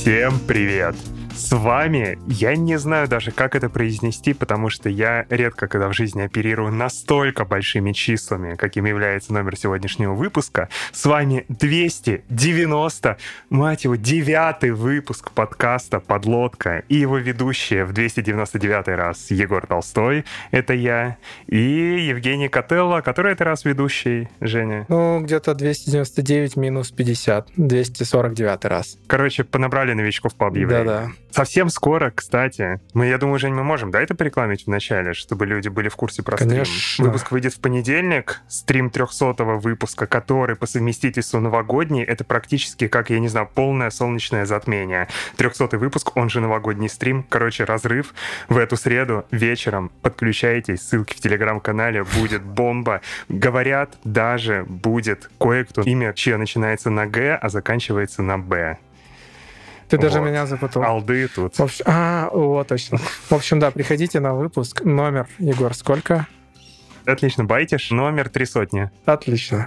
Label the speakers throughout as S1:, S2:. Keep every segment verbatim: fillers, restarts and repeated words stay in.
S1: Всем привет! С вами, я не знаю даже, как это произнести, потому что я редко, когда в жизни оперирую настолько большими числами, каким является номер сегодняшнего выпуска. С вами двести девяносто, мать его, девятый выпуск подкаста «Подлодка» и его ведущие в двести девяносто девятый раз Егор Толстой, это я, и Евгений Котелло, который это раз ведущий, Женя.
S2: Ну, где-то двести девяносто девять минус пятьдесят, двести сорок девятый раз.
S1: Короче, понабрали новичков по объявлению.
S2: Да-да.
S1: Совсем скоро, кстати, мы, я думаю, Жень, мы можем, да, это порекламить в начале, чтобы люди были в курсе про
S2: Конечно.
S1: стрим? Выпуск выйдет в понедельник, стрим трехсотого выпуска, который по совместительству новогодний, это практически, как, я не знаю, полное солнечное затмение. Трехсотый выпуск, он же новогодний стрим, короче, разрыв в эту среду вечером. Подключайтесь, ссылки в телеграм-канале, будет бомба. Говорят, даже будет кое-кто, имя чье начинается на Г, а заканчивается на Б.
S2: Ты даже
S1: Вот.
S2: меня запутал.
S1: Алды тут.
S2: В общем, а, вот, точно. В общем, да, приходите на выпуск. Номер, Егор, сколько?
S1: Отлично, байтишь. Номер три сотни.
S2: Отлично.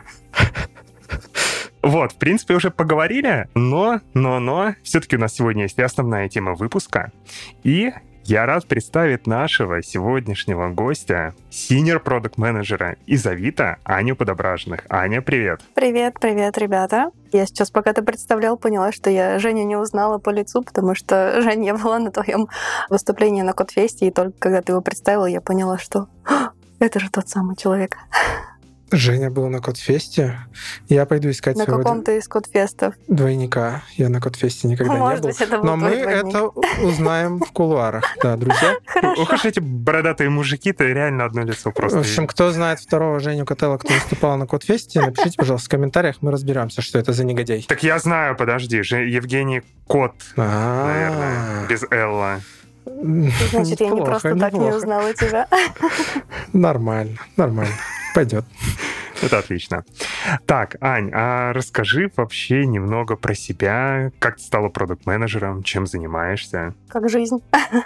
S1: Вот, в принципе, уже поговорили, но, но, но, все-таки у нас сегодня есть и основная тема выпуска. И я рад представить нашего сегодняшнего гостя, senior продакт-менеджера из Авито, Аню Подображных. Аня, привет.
S3: Привет, привет, ребята. Я сейчас, пока ты представлял, поняла, что я Женю не узнала по лицу, потому что, Жень, я была на твоем выступлении на Кодфесте, и только когда ты его представила, я поняла, что это же тот самый человек.
S2: Женя был на Кодфесте. Я пойду искать
S3: На
S2: своего
S3: каком-то из Кодфестов.
S2: двойника. Я на Кодфесте никогда
S3: Может
S2: не был.
S3: быть, это был
S2: Но мы
S3: твой двойник.
S2: это узнаем в кулуарах. Да, друзья.
S1: Ох уж эти бородатые мужики-то реально одно лицо просто.
S2: В общем, кто знает второго Женю Котелло, кто выступал на Кодфесте, напишите, пожалуйста, в комментариях, мы разберемся, что это за негодяй.
S1: Так я знаю, подожди, же Евгений Кот, наверное, без Элла.
S3: Значит, я не
S2: Неплохо,
S3: просто так не
S2: неплохо.
S3: узнала тебя.
S2: Нормально, нормально. Пойдет.
S1: Это отлично. Так, Ань, а расскажи вообще немного про себя, как ты стала продакт-менеджером, чем занимаешься?
S3: Как жизнь.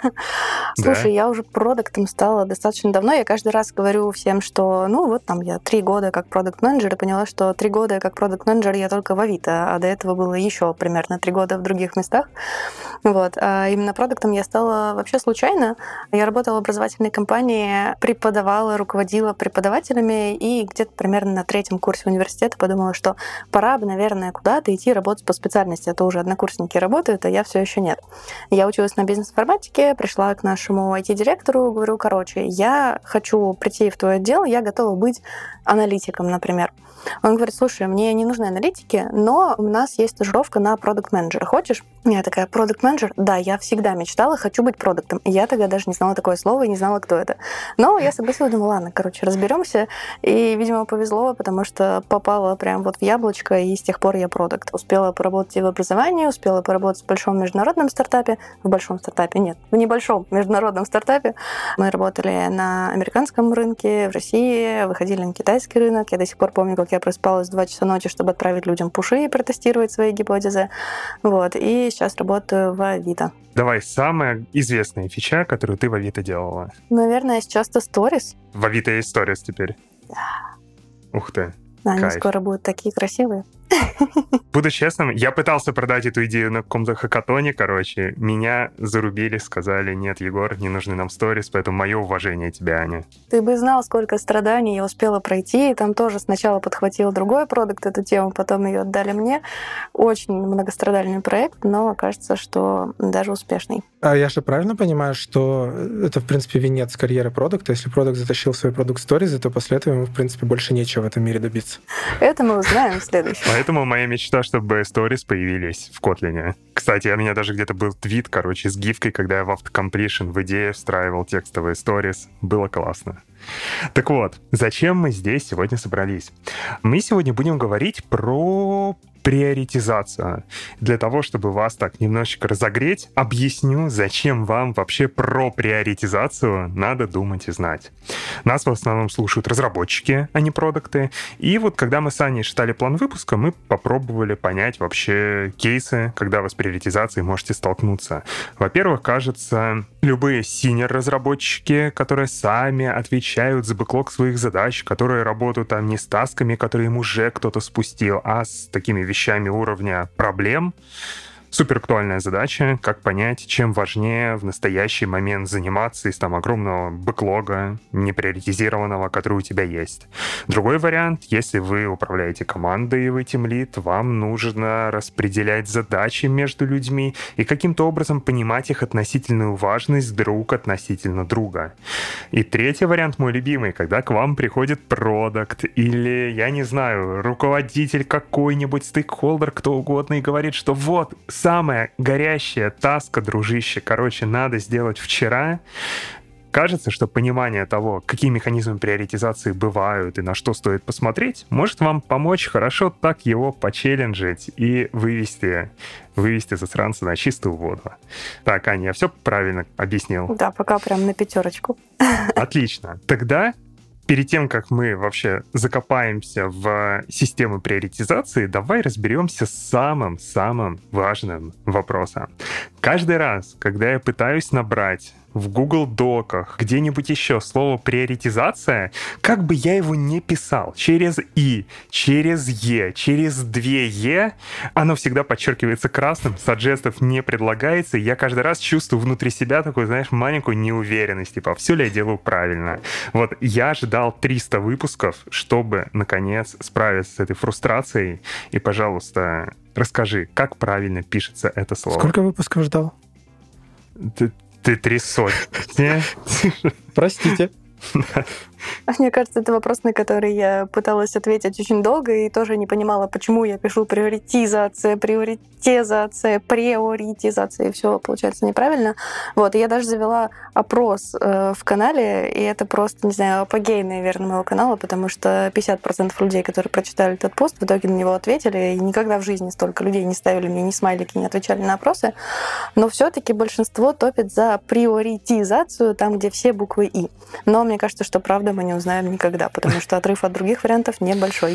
S3: Слушай, я уже продактом стала достаточно давно. Я каждый раз говорю всем, что, ну, вот там я три года как продакт-менеджер, и поняла, что три года как продакт-менеджер я только в Авито, а до этого было еще примерно три года в других местах. Вот. А именно продактом я стала вообще случайно. Я работала в образовательной компании, преподавала, руководила преподавателями, и где-то примерно на третьем курсе университета подумала, что пора бы, наверное, куда-то идти работать по специальности. А то уже однокурсники работают, а я все еще нет. Я училась на бизнес-информатике, пришла к нашему ай ти-директору, говорю, короче, я хочу прийти в твой отдел, я готова быть аналитиком, например. Он говорит, слушай, мне не нужны аналитики, но у нас есть стажировка на продакт-менеджера. Хочешь? Я такая, продакт-менеджер? Да, я всегда мечтала, хочу быть продактом. И я тогда даже не знала такое слово и не знала, кто это. Но я согласилась, думала, ладно, короче, разберемся. И, видимо, повезло, потому что попала прям вот в яблочко, и с тех пор я продакт. Успела поработать и в образовании, успела поработать в большом международном стартапе. В большом стартапе, нет, в небольшом международном стартапе. Мы работали на американском рынке, в России, выходили на китайский рынок. Я до сих пор помню, как я проспалась в два часа ночи, чтобы отправить людям пуши и протестировать свои гипотезы. Вот. И сейчас работаю в Авито.
S1: Давай, самая известная фича, которую ты в Авито делала.
S3: Наверное, сейчас-то сторис.
S1: В Авито есть сторис теперь.
S3: Да.
S1: Ух ты.
S3: Они
S1: Кайф.
S3: скоро будут такие красивые.
S1: Буду честным, я пытался продать эту идею на каком-то хакатоне, короче. Меня зарубили, сказали, нет, Егор, не нужны нам сторис, поэтому мое уважение тебе, Аня.
S3: Ты бы знал, сколько страданий я успела пройти. И там тоже сначала подхватил другой продукт эту тему, потом ее отдали мне. Очень многострадальный проект, но кажется, что даже успешный.
S2: А я же правильно понимаю, что это, в принципе, венец карьеры продукта? Если продукт затащил свой продукт сторизы, то после этого ему, в принципе, больше нечего в этом мире добиться.
S3: Это мы узнаем в следующем.
S1: Поэтому моя мечта, чтобы сторис появились в Kotlin. Кстати, у меня даже где-то был твит, короче, с гифкой, когда я в автокомплишн в идее встраивал текстовые сторис. Было классно. Так вот, зачем мы здесь сегодня собрались? Мы сегодня будем говорить про приоритизацию. Для того, чтобы вас так немножечко разогреть, объясню, зачем вам вообще про приоритизацию надо думать и знать. Нас в основном слушают разработчики, а не продукты. И вот когда мы с Аней читали план выпуска, мы попробовали понять вообще кейсы, когда вы с приоритизацией можете столкнуться. Во-первых, кажется, любые senior-разработчики, которые сами отвечают за бэклог своих задач, которые работают там не с тасками, которые им уже кто-то спустил, а с такими вещами уровня проблем, Супер актуальная задача, как понять, чем важнее в настоящий момент заниматься из там огромного бэклога, неприоритизированного, который у тебя есть. Другой вариант, если вы управляете командой и вы тимлид, вам нужно распределять задачи между людьми и каким-то образом понимать их относительную важность друг относительно друга. И третий вариант, мой любимый, когда к вам приходит продакт или, я не знаю, руководитель какой-нибудь, стейкхолдер, кто угодно, и говорит, что вот, самая горящая таска, дружище, короче, надо сделать вчера. Кажется, что понимание того, какие механизмы приоритизации бывают и на что стоит посмотреть, может вам помочь хорошо так его почелленджить и вывести, вывести засранца на чистую воду. Так, Аня, я все правильно объяснил?
S3: Да, пока прям на пятерочку.
S1: Отлично. Тогда перед тем, как мы вообще закопаемся в систему приоритизации, давай разберемся с самым-самым важным вопросом. Каждый раз, когда я пытаюсь набрать в Google Доках, где-нибудь еще слово «приоритизация», как бы я его не писал, через «и», через «е», через две «е», оно всегда подчеркивается красным, саджестов не предлагается, и я каждый раз чувствую внутри себя такую, знаешь, маленькую неуверенность, типа, все ли я делаю правильно. Вот я ждал триста выпусков, чтобы, наконец, справиться с этой фрустрацией, и, пожалуйста, расскажи, как правильно пишется это слово.
S2: Сколько выпусков ждал?
S1: Ты, ты три сотни.
S2: Простите.
S3: Мне кажется, это вопрос, на который я пыталась ответить очень долго и тоже не понимала, почему я пишу приоритизация, приоритизация, приоритизация, и все получается неправильно. Вот, и я даже завела опрос э, в канале, и это просто, не знаю, апогей, наверное, моего канала, потому что пятьдесят процентов людей, которые прочитали этот пост, в итоге на него ответили, и никогда в жизни столько людей не ставили мне ни смайлики, не отвечали на опросы, но все-таки большинство топит за приоритизацию, там, где все буквы «и». Но мне кажется, что правда мы не узнаем никогда, потому что отрыв от других вариантов небольшой.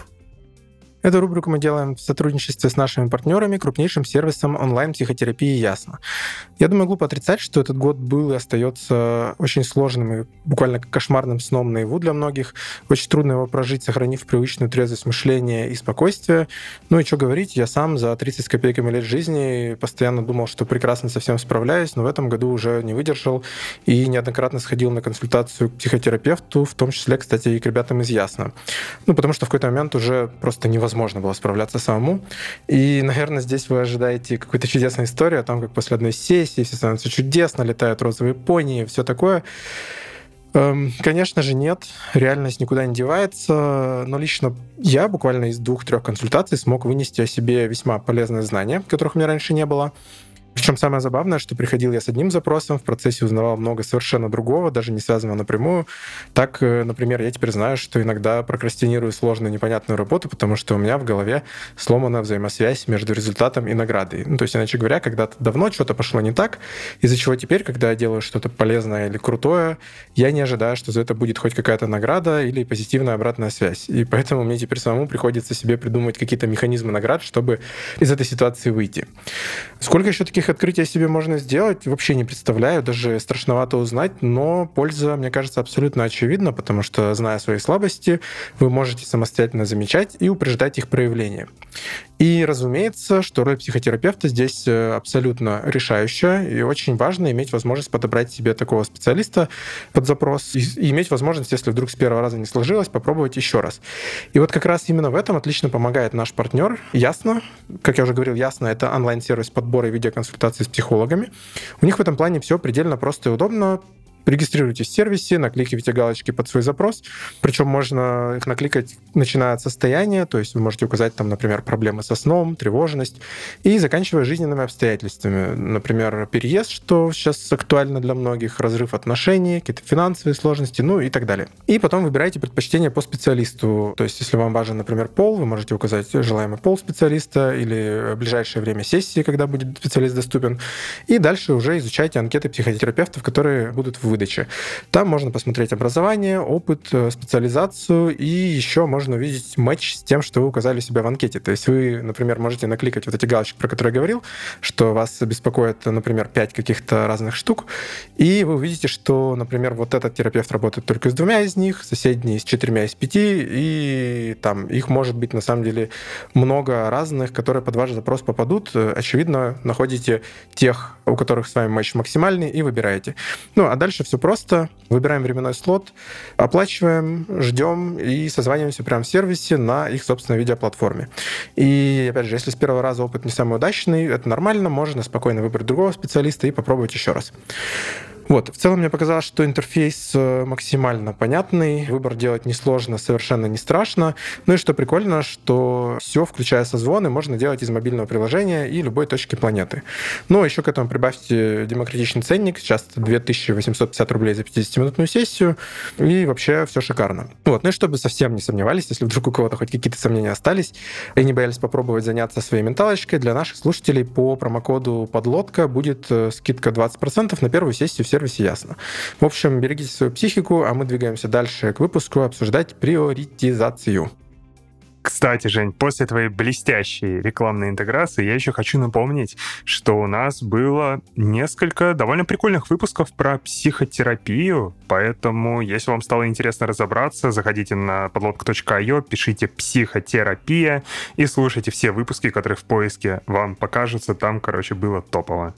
S2: Эту рубрику мы делаем в сотрудничестве с нашими партнерами, крупнейшим сервисом онлайн-психотерапии «Ясно». Я думаю, глупо отрицать, что этот год был и остается очень сложным и буквально кошмарным сном наяву для многих. Очень трудно его прожить, сохранив привычную трезвость мышления и спокойствие. Ну и что говорить, я сам за тридцать с копейками лет жизни постоянно думал, что прекрасно со всем справляюсь, но в этом году уже не выдержал и неоднократно сходил на консультацию к психотерапевту, в том числе, кстати, и к ребятам из «Ясно». Ну, потому что в какой-то момент уже просто невозможно можно было справляться самому. И, наверное, здесь вы ожидаете какой-то чудесной истории о том, как после одной сессии все становится чудесно, летают розовые пони и все такое. Конечно же, нет. Реальность никуда не девается. Но лично я буквально из двух-трех консультаций смог вынести о себе весьма полезные знания, которых у меня раньше не было. Причем самое забавное, что приходил я с одним запросом, в процессе узнавал много совершенно другого, даже не связанного напрямую. Так, например, я теперь знаю, что иногда прокрастинирую сложную непонятную работу, потому что у меня в голове сломана взаимосвязь между результатом и наградой. Ну, то есть, иначе говоря, когда-то давно что-то пошло не так, из-за чего теперь, когда я делаю что-то полезное или крутое, я не ожидаю, что за это будет хоть какая-то награда или позитивная обратная связь. И поэтому мне теперь самому приходится себе придумывать какие-то механизмы наград, чтобы из этой ситуации выйти. Сколько еще таких открытий себе можно сделать, вообще не представляю, даже страшновато узнать, но польза, мне кажется, абсолютно очевидна, потому что, зная свои слабости, вы можете самостоятельно замечать и упреждать их проявление. И, разумеется, что роль психотерапевта здесь абсолютно решающая, и очень важно иметь возможность подобрать себе такого специалиста под запрос и иметь возможность, если вдруг с первого раза не сложилось, попробовать еще раз. И вот как раз именно в этом отлично помогает наш партнер «Ясно». Как я уже говорил, «Ясно» — это онлайн-сервис подбора и видеоконсультации с психологами. У них в этом плане все предельно просто и удобно. Регистрируйтесь в сервисе, накликивайте галочки под свой запрос. Причем можно их накликать, начиная от состояния, то есть вы можете указать, там, например, проблемы со сном, тревожность, и заканчивая жизненными обстоятельствами. Например, переезд, что сейчас актуально для многих, разрыв отношений, какие-то финансовые сложности, ну и так далее. И потом выбираете предпочтение по специалисту. То есть если вам важен, например, пол, вы можете указать желаемый пол специалиста или ближайшее время сессии, когда будет специалист доступен. И дальше уже изучайте анкеты психотерапевтов, которые будут в выдачи. Там можно посмотреть образование, опыт, специализацию, и еще можно увидеть матч с тем, что вы указали у себя в анкете. То есть вы, например, можете накликать вот эти галочки, про которые я говорил, что вас беспокоит, например, пять каких-то разных штук, и вы увидите, что, например, вот этот терапевт работает только с двумя из них, соседний с четырьмя из пяти, и там их может быть на самом деле много разных, которые под ваш запрос попадут. Очевидно, находите тех, у которых с вами матч максимальный, и выбираете. Ну, а дальше все просто. Выбираем временной слот, оплачиваем, ждем и созваниваемся прямо в сервисе на их собственной видеоплатформе. И, опять же, если с первого раза опыт не самый удачный, это нормально, можно спокойно выбрать другого специалиста и попробовать еще раз. Вот. В целом мне показалось, что интерфейс максимально понятный, выбор делать несложно, совершенно не страшно. Ну и что прикольно, что все, включая созвоны, можно делать из мобильного приложения и любой точки планеты. Ну, еще к этому прибавьте демократичный ценник, сейчас это две тысячи восемьсот пятьдесят рублей за пятидесятиминутную сессию, и вообще все шикарно. Вот. Ну и чтобы совсем не сомневались, если вдруг у кого-то хоть какие-то сомнения остались, и не боялись попробовать заняться своей менталочкой, для наших слушателей по промокоду «Подлодка» будет скидка двадцать процентов на первую сессию в сервисе Ясно. В общем, берегите свою психику, а мы двигаемся дальше к выпуску обсуждать приоритизацию.
S1: Кстати, Жень, после твоей блестящей рекламной интеграции я еще хочу напомнить, что у нас было несколько довольно прикольных выпусков про психотерапию, поэтому, если вам стало интересно разобраться, заходите на подлодка точка ай о, пишите «психотерапия» и слушайте все выпуски, которые в поиске вам покажутся. Там, короче, было топово.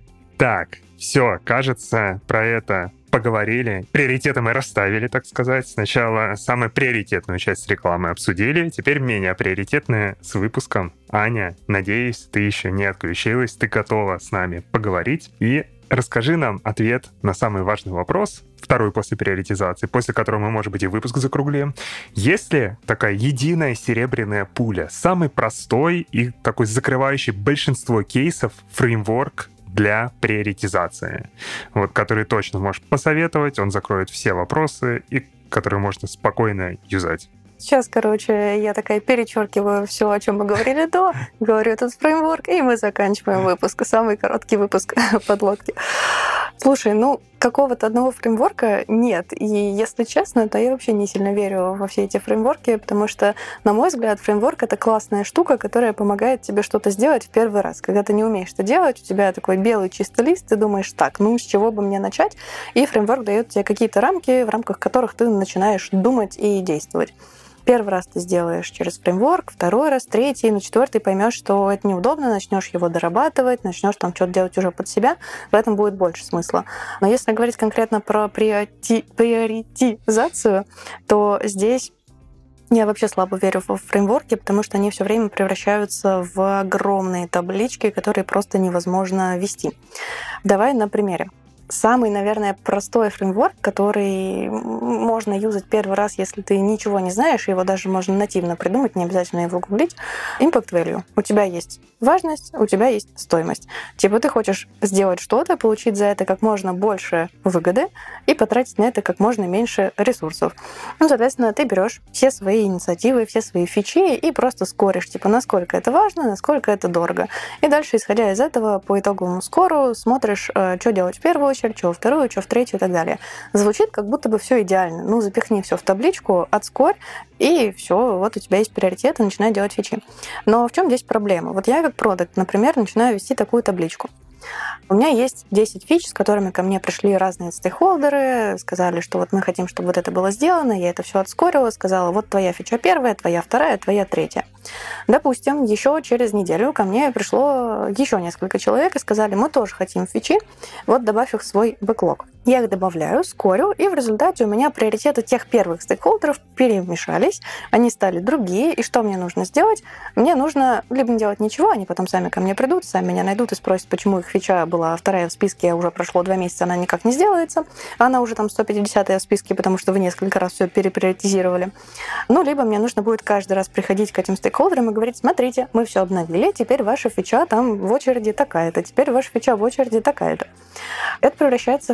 S1: Так, все, кажется, про это поговорили. Приоритеты мы расставили, так сказать. Сначала самую приоритетную часть рекламы обсудили, теперь менее приоритетные с выпуском. Аня, надеюсь, ты еще не отключилась, ты готова с нами поговорить. И расскажи нам ответ на самый важный вопрос, второй после приоритизации, после которого мы, может быть, и выпуск закруглим. Есть ли такая единая серебряная пуля, самый простой и такой закрывающий большинство кейсов фреймворк для приоритизации, вот, который точно можешь посоветовать, он закроет все вопросы и который можно спокойно юзать?
S3: Сейчас, короче, я такая перечеркиваю все, о чем мы говорили до, говорю этот фреймворк, и мы заканчиваем выпуск. Самый короткий выпуск подлодки. Слушай, ну, какого-то одного фреймворка нет. И, если честно, то я вообще не сильно верю во все эти фреймворки, потому что, на мой взгляд, фреймворк — это классная штука, которая помогает тебе что-то сделать в первый раз. Когда ты не умеешь это делать, у тебя такой белый чистый лист, ты думаешь, так, ну, с чего бы мне начать? И фреймворк дает тебе какие-то рамки, в рамках которых ты начинаешь думать и действовать. Первый раз ты сделаешь через фреймворк, второй раз, третий, на четвертый поймешь, что это неудобно, начнешь его дорабатывать, начнешь там что-то делать уже под себя, в этом будет больше смысла. Но если говорить конкретно про приорити... приоритизацию, то здесь я вообще слабо верю в фреймворки, потому что они все время превращаются в огромные таблички, которые просто невозможно вести. Давай на примере. Самый, наверное, простой фреймворк, который можно юзать первый раз, если ты ничего не знаешь, его даже можно нативно придумать, не обязательно его гуглить. Impact Value. У тебя есть важность, у тебя есть стоимость. Типа ты хочешь сделать что-то, получить за это как можно больше выгоды и потратить на это как можно меньше ресурсов. Ну, соответственно, ты берешь все свои инициативы, все свои фичи и просто скоришь, типа, насколько это важно, насколько это дорого. И дальше, исходя из этого, по итоговому скору смотришь, что делать в первую очередь, что во вторую, что в третью и так далее. Звучит, как будто бы все идеально. Ну, запихни все в табличку, отскорь, и все, вот у тебя есть приоритеты, начинай делать фичи. Но в чем здесь проблема? Вот я как продакт, например, начинаю вести такую табличку. У меня есть десять фич, с которыми ко мне пришли разные стейкхолдеры, сказали, что вот мы хотим, чтобы вот это было сделано, я это все отскорила, сказала, вот твоя фича первая, твоя вторая, твоя третья. Допустим, еще через неделю ко мне пришло еще несколько человек и сказали, мы тоже хотим фичи, вот добавь их в свой бэклог. Я их добавляю, скорю, и в результате у меня приоритеты тех первых стейкхолдеров перемешались, они стали другие, и что мне нужно сделать? Мне нужно либо не делать ничего, они потом сами ко мне придут, сами меня найдут и спросят, почему их фича была вторая в списке, а уже прошло два месяца, она никак не сделается, она уже там сто пятидесятая в списке, потому что вы несколько раз все переприоритизировали. Ну, либо мне нужно будет каждый раз приходить к этим стейкхолдерам и говорить, смотрите, мы все обновили, теперь ваша фича там в очереди такая-то, теперь ваша фича в очереди такая-то. Это превращается в какую-то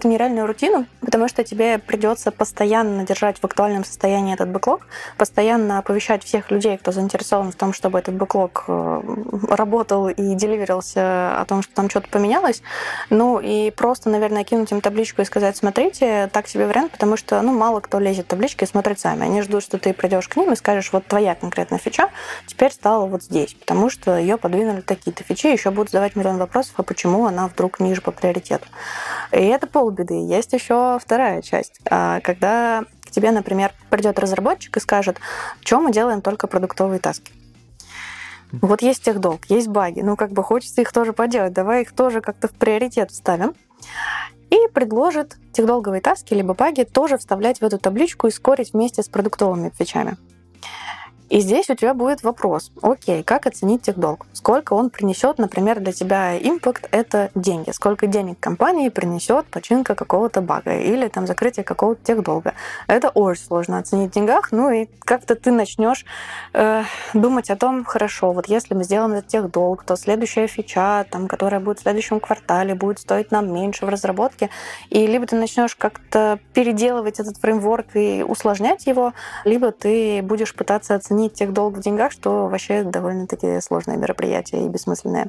S3: нереальную рутину, потому что тебе придется постоянно держать в актуальном состоянии этот бэклог, постоянно оповещать всех людей, кто заинтересован в том, чтобы этот бэклог работал и деливерился о том, что там что-то поменялось. Ну и просто, наверное, кинуть им табличку и сказать: смотрите, так себе вариант, потому что ну, мало кто лезет в таблички и смотрит сами. Они ждут, что ты придешь к ним и скажешь: вот твоя конкретная фича теперь стала вот здесь, потому что ее подвинули такие-то фичи, еще будут задавать миллион вопросов, а почему она вдруг ниже по приоритету. И это полбеды. Есть еще вторая часть. Когда к тебе, например, придет разработчик и скажет: что мы делаем только продуктовые таски. Вот есть техдолг, есть баги, ну как бы хочется их тоже поделать, давай их тоже как-то в приоритет вставим. И предложит техдолговые таски либо баги тоже вставлять в эту табличку и скорить вместе с продуктовыми фичами. И здесь у тебя будет вопрос: окей, как оценить техдолг? Сколько он принесет, например, для тебя импакт — это деньги. Сколько денег компании принесет починка какого-то бага или там закрытие какого-то техдолга? Это очень сложно оценить в деньгах. Ну и как-то ты начнешь э, думать о том: хорошо, вот если мы сделаем этот техдолг, то следующая фича, там, которая будет в следующем квартале, будет стоить нам меньше в разработке. И либо ты начнешь как-то переделывать этот фреймворк и усложнять его, либо ты будешь пытаться оценить техдолг в деньгах, что вообще довольно-таки сложное мероприятие и бессмысленное.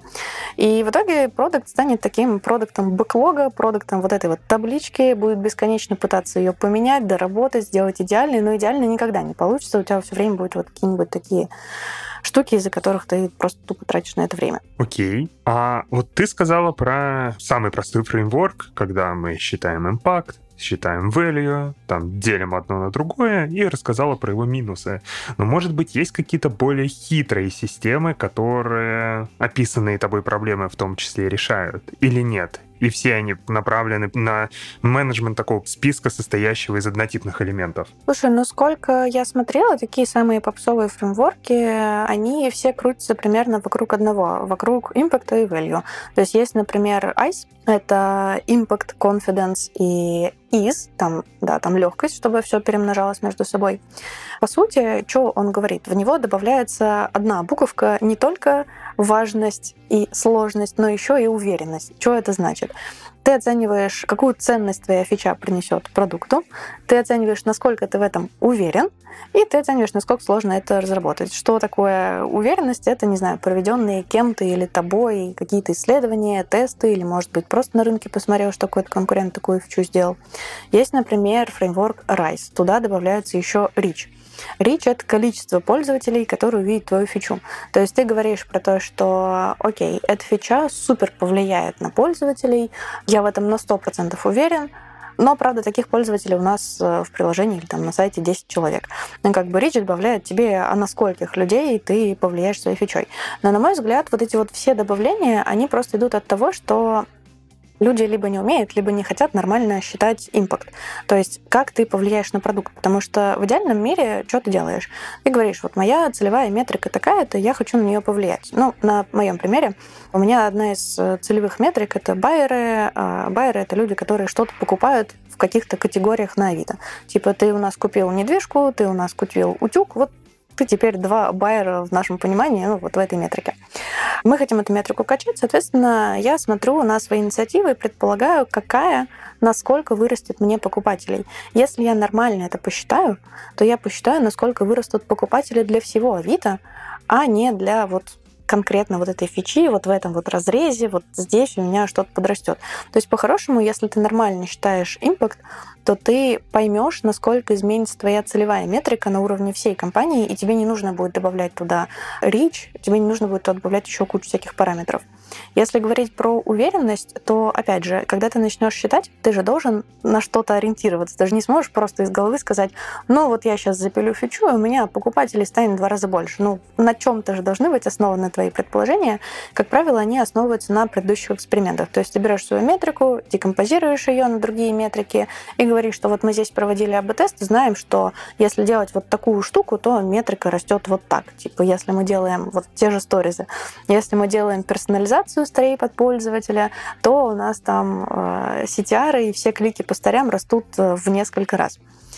S3: И в итоге продукт станет таким продуктом бэклога, продуктом вот этой вот таблички, будет бесконечно пытаться ее поменять, доработать, сделать идеальной, но идеально никогда не получится. У тебя все время будут вот какие-нибудь такие штуки, из-за которых ты просто тупо тратишь на это время.
S1: Окей. А вот ты сказала про самый простой фреймворк, когда мы считаем импакт, считаем value, там делим одно на другое, и рассказала про его минусы. Но, может быть, есть какие-то более хитрые системы, которые описанные тобой проблемы в том числе решают? Или нет? И все они направлены на менеджмент такого списка, состоящего из однотипных элементов.
S3: Слушай, ну сколько я смотрела, такие самые попсовые фреймворки, они все крутятся примерно вокруг одного, вокруг импакта и value. То есть есть, например, айс, это impact, confidence и is, там, да, там легкость, чтобы все перемножалось между собой. По сути, что он говорит? В него добавляется одна буковка, не только важность и сложность, но еще и уверенность. Что это значит? Ты оцениваешь, какую ценность твоя фича принесет продукту, ты оцениваешь, насколько ты в этом уверен, и ты оцениваешь, насколько сложно это разработать. Что такое уверенность? Это, не знаю, проведенные кем-то или тобой какие-то исследования, тесты, или, может быть, просто на рынке посмотрел, что какой-то конкурент такую фичу сделал. Есть, например, фреймворк райс. Туда добавляется еще reach. Reach — это количество пользователей, которые увидят твою фичу. То есть ты говоришь про то, что окей, эта фича супер повлияет на пользователей, я в этом на сто процентов уверен, но, правда, таких пользователей у нас в приложении или там на сайте десять человек. Ну, как бы Reach добавляет тебе, а на скольких людей ты повлияешь своей фичой. Но, на мой взгляд, вот эти вот все добавления, они просто идут от того, что люди либо не умеют, либо не хотят нормально считать импакт. То есть как ты повлияешь на продукт. Потому что в идеальном мире что ты делаешь? Ты говоришь: вот моя целевая метрика такая-то, я хочу на нее повлиять. Ну, на моем примере, у меня одна из целевых метрик — это байеры. Байеры — это люди, которые что-то покупают в каких-то категориях на Авито. Типа ты у нас купил недвижку, ты у нас купил утюг, вот ты теперь два байера в нашем понимании, ну, вот в этой метрике. Мы хотим эту метрику качать, соответственно, я смотрю на свои инициативы и предполагаю, какая, насколько вырастет мне покупателей. Если я нормально это посчитаю, то я посчитаю, насколько вырастут покупатели для всего Авито, а не для вот конкретно вот этой фичи, вот в этом вот разрезе, вот здесь у меня что-то подрастет. То есть, по-хорошему, если ты нормально считаешь импакт, то ты поймешь, насколько изменится твоя целевая метрика на уровне всей компании, и тебе не нужно будет добавлять туда reach, тебе не нужно будет туда добавлять еще кучу всяких параметров. Если говорить про уверенность, то, опять же, когда ты начнешь считать, ты же должен на что-то ориентироваться. Ты же не сможешь просто из головы сказать: ну вот я сейчас запилю фичу, и у меня покупателей станет в два раза больше. Ну, на чем-то же должны быть основаны твои предположения. Как правило, они основываются на предыдущих экспериментах. То есть ты берешь свою метрику, декомпозируешь ее на другие метрики и говоришь, что вот мы здесь проводили эй би тест, знаем, что если делать вот такую штуку, то метрика растет вот так. Типа, если мы делаем вот те же сторизы, если мы делаем персонализацию старей под пользователя, то у нас там э, си ти ар и все клики по старям растут в несколько раз.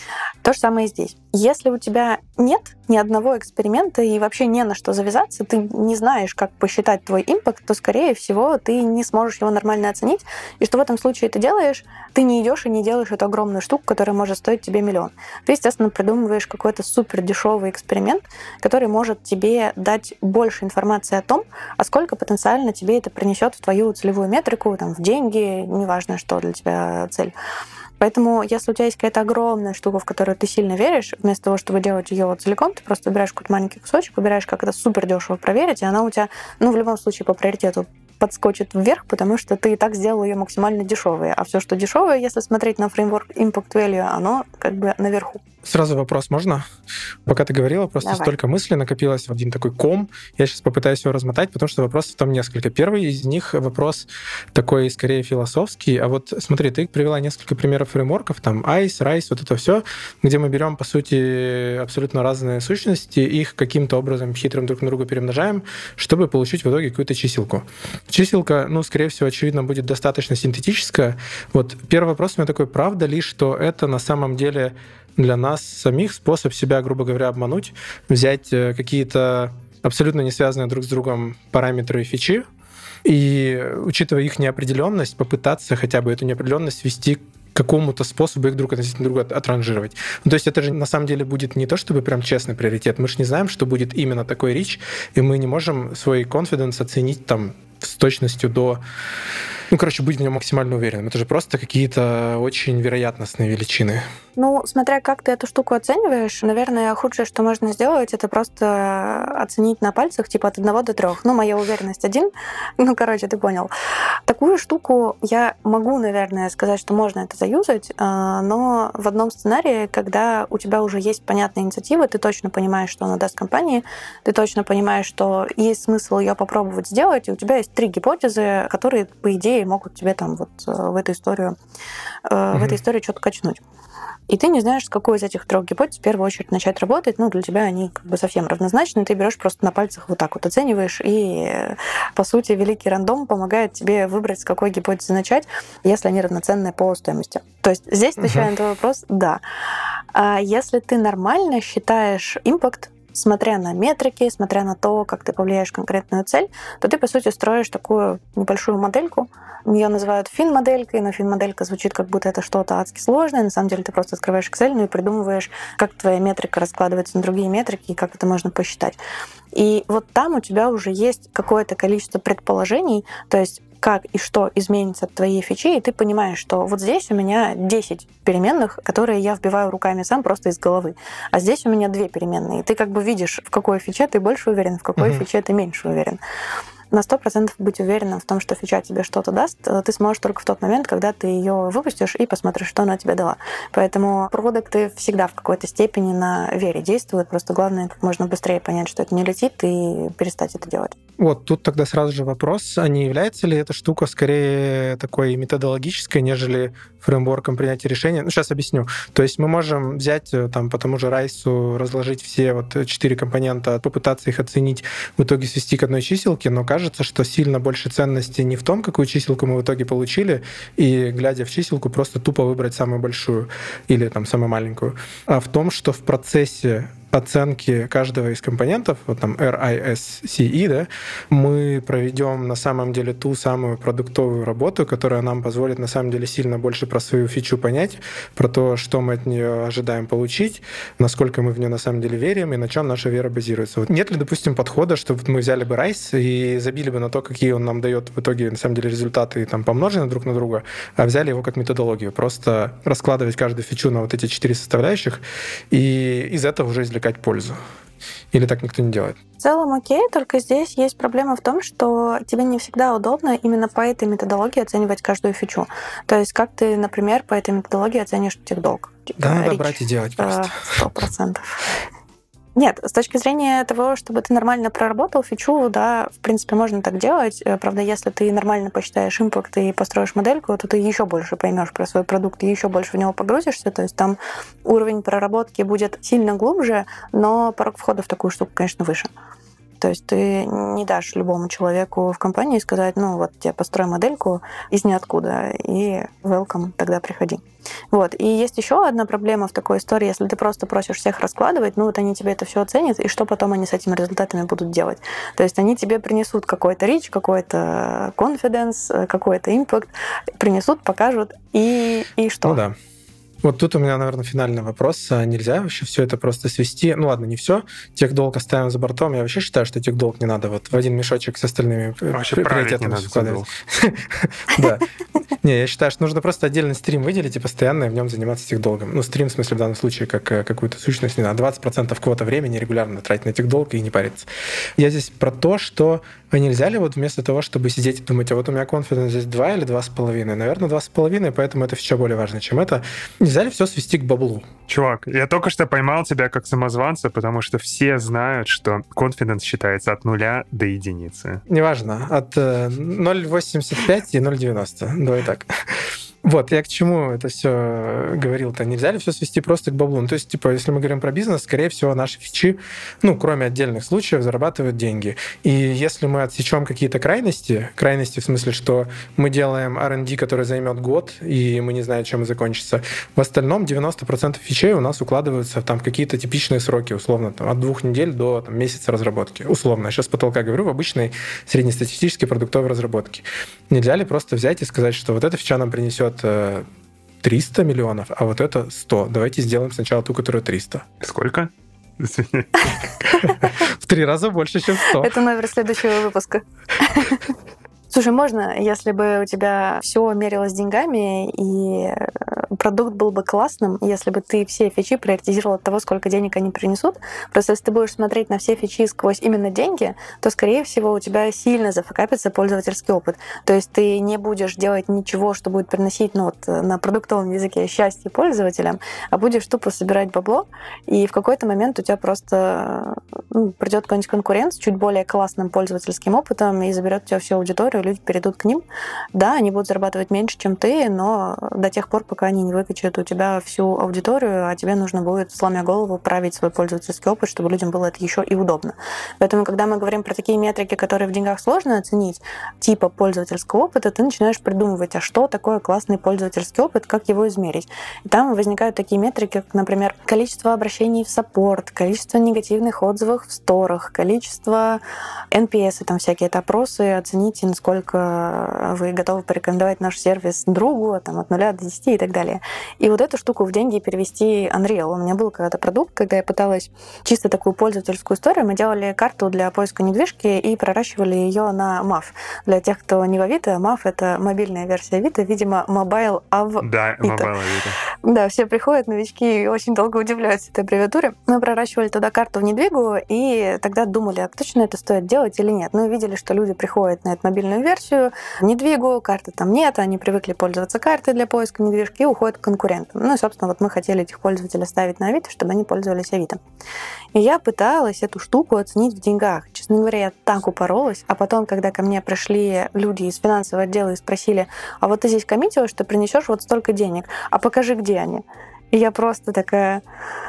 S3: То же самое и здесь. Если у тебя нет ни одного эксперимента и вообще не на что завязаться, ты не знаешь, как посчитать твой импакт, то, скорее всего, ты не сможешь его нормально оценить. И что в этом случае ты делаешь? Ты не идешь и не делаешь эту огромную штуку, которая может стоить тебе миллион. Ты, естественно, придумываешь какой-то супер дешевый эксперимент, который может тебе дать больше информации о том, а сколько потенциально тебе это принесет в твою целевую метрику, там, в деньги, неважно, что для тебя цель. Поэтому, если у тебя есть какая-то огромная штука, в которую ты сильно веришь, вместо того, чтобы делать ее целиком, ты просто выбираешь какой-то маленький кусочек, выбираешь, как это супер дешево проверить, и она у тебя, ну, в любом случае, по приоритету подскочит вверх, потому что ты и так сделал ее максимально дешевой. А все, что дешевое, если смотреть на фреймворк Impact Value, оно как бы наверху.
S2: Сразу вопрос можно? Пока ты говорила, просто
S3: Давай.
S2: Столько мыслей накопилось в один такой ком. Я сейчас попытаюсь его размотать, потому что вопросов там несколько. Первый из них вопрос такой, скорее, философский. А вот смотри, ты привела несколько примеров фреймворков, там айс, райс, вот это все, где мы берем, по сути, абсолютно разные сущности, их каким-то образом хитрым друг на друга перемножаем, чтобы получить в итоге какую-то чиселку. Чиселка, ну, скорее всего, очевидно, будет достаточно синтетическая. Вот первый вопрос у меня такой: правда ли, что это на самом деле для нас самих способ себя, грубо говоря, обмануть, взять какие-то абсолютно не связанные друг с другом параметры и фичи, и, учитывая их неопределенность, попытаться хотя бы эту неопределенность свести к какому-то способу их друг относительно друга отранжировать. Ну, то есть это же на самом деле будет не то, чтобы прям честный приоритет. Мы же не знаем, что будет именно такой рич, и мы не можем свой confidence оценить там с точностью до... Ну, короче, быть в нем максимально уверенным. Это же просто какие-то очень вероятностные величины.
S3: Ну, смотря как ты эту штуку оцениваешь, наверное, худшее, что можно сделать, это просто оценить на пальцах, типа от одного до трех. Ну, моя уверенность один. Ну, короче, ты понял. Такую штуку я могу, наверное, сказать, что можно это заюзать, но в одном сценарии, когда у тебя уже есть понятная инициатива, ты точно понимаешь, что она даст компании, ты точно понимаешь, что есть смысл ее попробовать сделать, и у тебя есть три гипотезы, которые, по идее, могут тебе там вот в эту историю, mm-hmm. в этой истории что-то качнуть. И ты не знаешь, с какой из этих трех гипотез в первую очередь начать работать. Ну, для тебя они как бы совсем равнозначны. Ты берешь просто на пальцах вот так вот оцениваешь, и, по сути, великий рандом помогает тебе выбрать, с какой гипотезы начать, если они равноценны по стоимости. То есть здесь, отвечая на твой вопрос, да. А если ты нормально считаешь импакт, смотря на метрики, смотря на то, как ты повлияешь на конкретную цель, то ты, по сути, строишь такую небольшую модельку. Ее называют фин-моделькой, но фин-моделька звучит, как будто это что-то адски сложное. На самом деле ты просто открываешь Excel, ну и придумываешь, как твоя метрика раскладывается на другие метрики и как это можно посчитать. И вот там у тебя уже есть какое-то количество предположений, то есть как и что изменится от твоей фичи, и ты понимаешь, что вот здесь у меня десять переменных, которые я вбиваю руками сам просто из головы, а здесь у меня две переменные. И ты как бы видишь, в какой фиче ты больше уверен, в какой uh-huh. фиче ты меньше уверен. На сто процентов быть уверенным в том, что фича тебе что-то даст, ты сможешь только в тот момент, когда ты ее выпустишь и посмотришь, что она тебе дала. Поэтому продукты всегда в какой-то степени на вере действуют. Просто главное как можно быстрее понять, что это не летит, и перестать это делать.
S2: Вот тут тогда сразу же вопрос, а не является ли эта штука скорее такой методологической, нежели фреймворком принятия решения? Ну, сейчас объясню. То есть мы можем взять там по тому же райсу, разложить все вот четыре компонента, попытаться их оценить, в итоге свести к одной чиселке, но кажется, что сильно больше ценности не в том, какую чиселку мы в итоге получили, и, глядя в чиселку, просто тупо выбрать самую большую или там самую маленькую, а в том, что в процессе оценки каждого из компонентов, вот там эр ай эс си и, да, мы проведем на самом деле ту самую продуктовую работу, которая нам позволит на самом деле сильно больше про свою фичу понять, про то, что мы от нее ожидаем получить, насколько мы в нее на самом деле верим и на чем наша вера базируется. Вот нет ли, допустим, подхода, что мы взяли бы райс и забили бы на то, какие он нам дает в итоге на самом деле результаты там помножены друг на друга, а взяли его как методологию, просто раскладывать каждую фичу на вот эти четыре составляющих и из этого уже извлекать пользу. Или так никто не делает?
S3: В целом окей, только здесь есть проблема в том, что тебе не всегда удобно именно по этой методологии оценивать каждую фичу. То есть как ты, например, по этой методологии оценишь техдолг?
S2: Да, надо брать и делать просто.
S3: Сто процентов. Нет, с точки зрения того, чтобы ты нормально проработал фичу, да, в принципе, можно так делать. Правда, если ты нормально посчитаешь импакт и построишь модельку, то ты еще больше поймешь про свой продукт и еще больше в него погрузишься. То есть там уровень проработки будет сильно глубже, но порог входа в такую штуку, конечно, выше. То есть ты не дашь любому человеку в компании сказать, ну вот тебе построй модельку из ниоткуда, и welcome, тогда приходи. Вот. И есть еще одна проблема в такой истории, если ты просто просишь всех раскладывать, ну вот они тебе это все оценят, и что потом они с этими результатами будут делать? То есть они тебе принесут какой-то reach, какой-то confidence, какой-то impact, принесут, покажут, и, и что?
S2: Ну да. Вот тут у меня, наверное, финальный вопрос. А нельзя вообще все это просто свести? Ну ладно, не все. Техдолг оставим за бортом. Я вообще считаю, что техдолг не надо вот в один мешочек с остальными приоритетами складывать. Да. Не, я считаю, что нужно просто отдельный стрим выделить и постоянно в нем заниматься техдолгом. Ну, стрим, в смысле, в данном случае, как какую-то сущность, не надо. двадцать процентов квота времени регулярно тратить на техдолг и не париться. Я здесь про то, что а нельзя ли вот вместо того, чтобы сидеть и думать, а вот у меня confidence здесь два или два с половиной? Наверное, два с половиной, поэтому это еще более важно, чем это. Нельзя ли все свести к баблу?
S1: Чувак, я только что поймал тебя как самозванца, потому что все знают, что confidence считается от нуля до единицы.
S2: Неважно, от э, ноль целых восемьдесят пять и ноль целых девяносто. Давай так. Вот, я к чему это все говорил-то? Нельзя ли все свести просто к баблу? Ну, то есть, типа, если мы говорим про бизнес, скорее всего, наши фичи, ну, кроме отдельных случаев, зарабатывают деньги. И если мы отсечем какие-то крайности, крайности в смысле, что мы делаем ар энд ди, который займет год, и мы не знаем, чем это закончится, в остальном девяносто процентов фичей у нас укладываются там, в какие-то типичные сроки, условно, там, от двух недель до там, месяца разработки. Условно. Я сейчас с потолка говорю, в обычной среднестатистической продуктовой разработке. Нельзя ли просто взять и сказать, что вот эта фича нам принесет триста миллионов, а вот это сто. Давайте сделаем сначала ту, которая триста.
S1: Сколько?
S2: В три раза больше, чем сто.
S3: Это номер следующего выпуска. Слушай, можно, если бы у тебя все мерилось деньгами, и продукт был бы классным, если бы ты все фичи приоритизировал от того, сколько денег они принесут. Просто если ты будешь смотреть на все фичи сквозь именно деньги, то, скорее всего, у тебя сильно зафакапится пользовательский опыт. То есть ты не будешь делать ничего, что будет приносить ну, вот, на продуктовом языке счастье пользователям, а будешь тупо собирать бабло, и в какой-то момент у тебя просто ну, придет какой-нибудь конкурент с чуть более классным пользовательским опытом и заберет у тебя всю аудиторию, люди перейдут к ним. Да, они будут зарабатывать меньше, чем ты, но до тех пор, пока они не выкачают у тебя всю аудиторию, а тебе нужно будет, сломя голову, править свой пользовательский опыт, чтобы людям было это еще и удобно. Поэтому, когда мы говорим про такие метрики, которые в деньгах сложно оценить, типа пользовательского опыта, ты начинаешь придумывать, а что такое классный пользовательский опыт, как его измерить. И там возникают такие метрики, как, например, количество обращений в саппорт, количество негативных отзывов в сторах, количество эн пи эс, там всякие это опросы, оцените, насколько вы готовы порекомендовать наш сервис другу там, от нуля до десяти и так далее. И вот эту штуку в деньги перевести Unreal. У меня был когда-то продукт, когда я пыталась чисто такую пользовательскую историю. Мы делали карту для поиска недвижки и проращивали ее на маф. Для тех, кто не в Авито, маф — это мобильная версия Авито, видимо, Mobile Avito.
S1: Да, Mobile Avito.
S3: Да, все приходят, новички, и очень долго удивляются этой аббревиатуре. Мы проращивали туда карту в недвигу, и тогда думали, а точно это стоит делать или нет. Ну, увидели, что люди приходят на эту мобильную версию, недвигу, карты там нет, они привыкли пользоваться картой для поиска недвижки и уходят к конкурентам. Ну и, собственно, вот мы хотели этих пользователей ставить на Авито, чтобы они пользовались Авито. И я пыталась эту штуку оценить в деньгах. Честно говоря, я так упоролась. А потом, когда ко мне пришли люди из финансового отдела и спросили, а вот ты здесь коммитила, что принесешь вот столько денег, а покажи, где они. И я просто такая...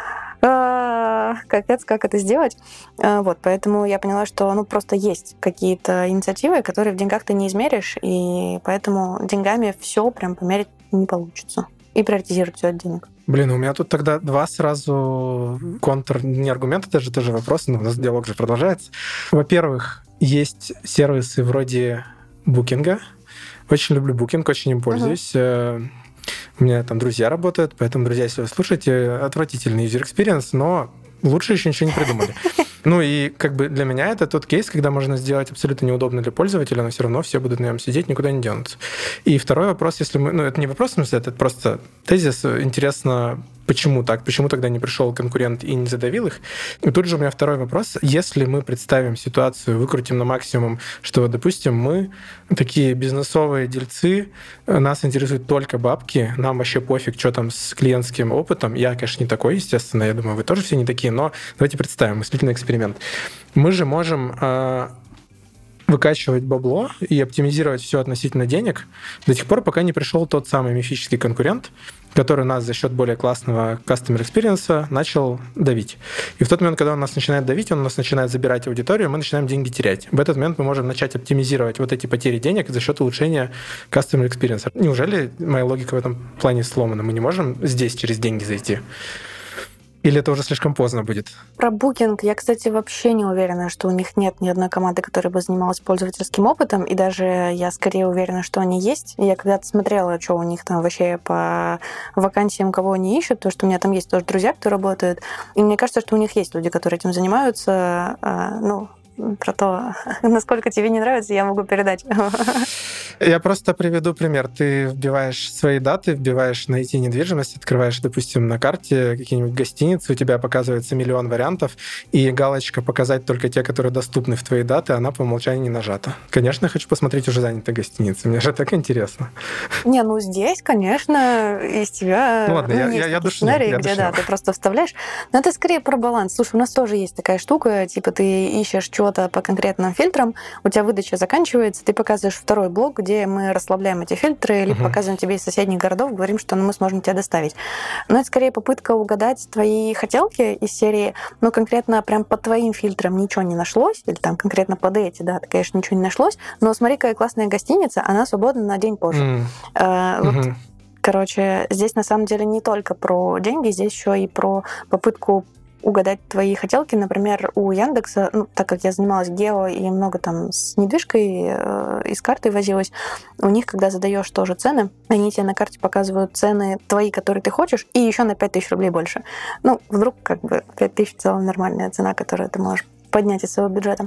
S3: Капец, как это сделать? Вот, поэтому я поняла, что ну, просто есть какие-то инициативы, которые в деньгах ты не измеришь, и поэтому деньгами все прям померить не получится. И приоритизировать все от денег.
S2: Блин, у меня тут тогда два сразу контр... Не аргумента, даже тоже вопросы, но у нас диалог же продолжается. Во-первых, есть сервисы вроде букинга. Очень люблю букинг, очень им пользуюсь. Uh-huh. У меня там друзья работают, поэтому, друзья, если вы слушаете, отвратительный user experience, но лучше еще ничего не придумали. Ну и как бы для меня это тот кейс, когда можно сделать абсолютно неудобно для пользователя, но все равно все будут на нем сидеть, никуда не денутся. И второй вопрос, если мы... Ну, это не вопрос, в смысле, это просто тезис. Интересно, почему так? Почему тогда не пришел конкурент и не задавил их? И тут же у меня второй вопрос. Если мы представим ситуацию, выкрутим на максимум, что, допустим, мы такие бизнесовые дельцы, нас интересуют только бабки, нам вообще пофиг, что там с клиентским опытом. Я, конечно, не такой, естественно, я думаю, вы тоже все не такие, но давайте представим мыслительный эксперимент. Мы же можем... выкачивать бабло и оптимизировать все относительно денег до тех пор, пока не пришел тот самый мифический конкурент, который нас за счет более классного customer experience начал давить. И в тот момент, когда он нас начинает давить, он нас начинает забирать аудиторию, мы начинаем деньги терять. В этот момент мы можем начать оптимизировать вот эти потери денег за счет улучшения customer experience. Неужели моя логика в этом плане сломана? Мы не можем здесь через деньги зайти? Или это уже слишком поздно будет?
S3: Про Booking я, кстати, вообще не уверена, что у них нет ни одной команды, которая бы занималась пользовательским опытом, и даже я скорее уверена, что они есть. Я когда-то смотрела, что у них там вообще по вакансиям, кого они ищут, потому что у меня там есть тоже друзья, кто работают, и мне кажется, что у них есть люди, которые этим занимаются, ну, про то, насколько тебе не нравится, я могу передать.
S2: Я просто приведу пример. Ты вбиваешь свои даты, вбиваешь найти недвижимость, открываешь, допустим, на карте какие-нибудь гостиницы, у тебя показывается миллион вариантов, и галочка «Показать только те, которые доступны в твои даты», она по умолчанию не нажата. Конечно, я хочу посмотреть уже занятые гостиницы. Мне же так интересно.
S3: Не, ну здесь, конечно, из тебя
S2: ну, ладно,
S3: ну,
S2: я,
S3: есть
S2: я, я душню,
S3: сценарий,
S2: я
S3: где
S2: душню.
S3: да, ты просто вставляешь. Но это скорее про баланс. Слушай, у нас тоже есть такая штука, типа ты ищешь чего-то по конкретным фильтрам, у тебя выдача заканчивается, ты показываешь второй блок, где мы расслабляем эти фильтры, либо uh-huh. показываем тебе из соседних городов, говорим, что ну, мы сможем тебя доставить. Но это скорее попытка угадать твои хотелки из серии, ну, конкретно прям по твоим фильтрам ничего не нашлось, или там конкретно под эти, да, конечно, ничего не нашлось, но смотри, какая классная гостиница, она свободна на день позже. Mm. А, uh-huh. вот, короче, здесь на самом деле не только про деньги, здесь еще и про попытку угадать твои хотелки. Например, у Яндекса, ну, так как я занималась гео и много там с недвижкой э, и с картой возилась, у них, когда задаешь тоже цены, они тебе на карте показывают цены твои, которые ты хочешь, и еще на пять тысяч рублей больше. Ну, вдруг как бы пять тысяч в целом нормальная цена, которую ты можешь поднять из своего бюджета.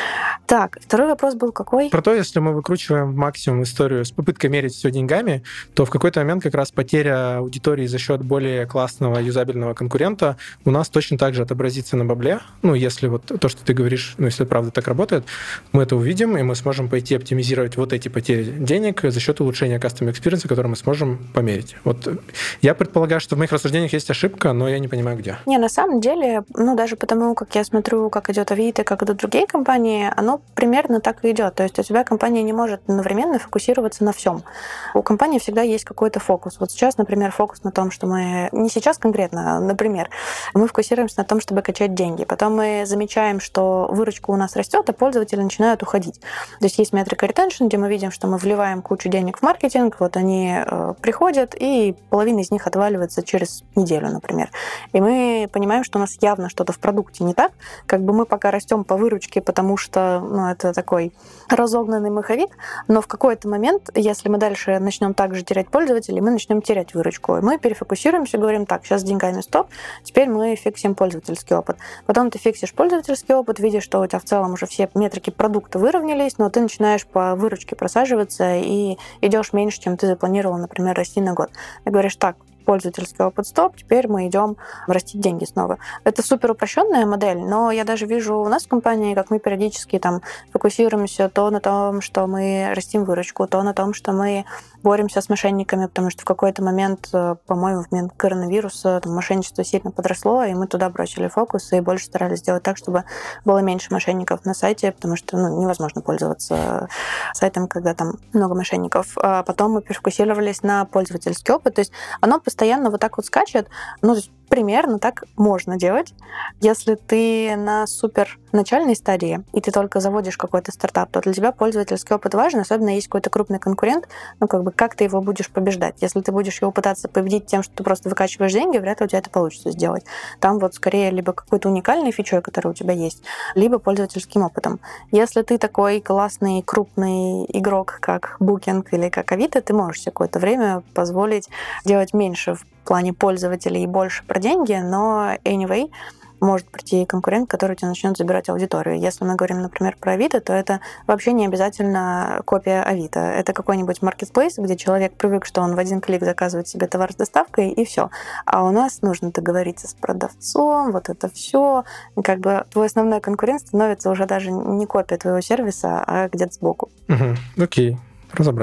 S3: Так, второй вопрос был какой?
S2: Про то, если мы выкручиваем максимум историю с попыткой мерить все деньгами, то в какой-то момент как раз потеря аудитории за счет более классного юзабельного конкурента у нас точно так же отобразится на бабле. Ну, если вот то, что ты говоришь, ну, если правда так работает, мы это увидим, и мы сможем пойти оптимизировать вот эти потери денег за счет улучшения customer experience, который мы сможем померить. Вот я предполагаю, что в моих рассуждениях есть ошибка, но я не понимаю, где.
S3: Не, на самом деле, ну, даже потому, как я смотрю, как идет Авито, как идут другие компании, оно примерно так и идет. То есть у тебя компания не может одновременно фокусироваться на всем. У компании всегда есть какой-то фокус. Вот сейчас, например, фокус на том, что мы... Не сейчас конкретно, например, мы фокусируемся на том, чтобы качать деньги. Потом мы замечаем, что выручка у нас растет, а пользователи начинают уходить. То есть есть метрика retention, где мы видим, что мы вливаем кучу денег в маркетинг, вот они э, приходят, и половина из них отваливается через неделю, например. И мы понимаем, что у нас явно что-то в продукте не так. Как бы мы пока растем по выручке, потому что ну, это такой разогнанный маховик, но в какой-то момент, если мы дальше начнем также терять пользователей, мы начнем терять выручку. И мы перефокусируемся, говорим, так, сейчас с деньгами стоп, теперь мы фиксим пользовательский опыт. Потом ты фиксишь пользовательский опыт, видишь, что у тебя в целом уже все метрики продукта выровнялись, но ты начинаешь по выручке просаживаться и идешь меньше, чем ты запланировал, например, расти на год. Ты говоришь, так, пользовательский опыт стоп, теперь мы идем растить деньги снова. Это супер упрощенная модель, но я даже вижу у нас в компании, как мы периодически там фокусируемся то на том, что мы растим выручку, то на том, что мы боремся с мошенниками, потому что в какой-то момент, по-моему, в момент коронавируса там, мошенничество сильно подросло, и мы туда бросили фокус и больше старались сделать так, чтобы было меньше мошенников на сайте, потому что ну, невозможно пользоваться сайтом, когда там много мошенников. А потом мы перефокусировались на пользовательский опыт, то есть оно постоянно вот так вот скачет, ну, то есть примерно так можно делать. Если ты на супер начальной стадии, и ты только заводишь какой-то стартап, то для тебя пользовательский опыт важен, особенно есть какой-то крупный конкурент, ну, как бы, как ты его будешь побеждать. Если ты будешь его пытаться победить тем, что ты просто выкачиваешь деньги, вряд ли у тебя это получится сделать. Там вот скорее либо какой-то уникальной фичой, которая у тебя есть, либо пользовательским опытом. Если ты такой классный, крупный игрок, как Booking или как Авито, ты можешь себе какое-то время позволить делать меньше в плане пользователей и больше про деньги, но anyway, может прийти конкурент, который у тебя начнет забирать аудиторию. Если мы говорим, например, про Авито, то это вообще не обязательно копия Авито. Это какой-нибудь marketplace, где человек привык, что он в один клик заказывает себе товар с доставкой, и все. А у нас нужно договориться с продавцом, вот это все. Как бы твой основной конкурент становится уже даже не копия твоего сервиса, а где-то сбоку.
S2: Угу. Окей, разобрались.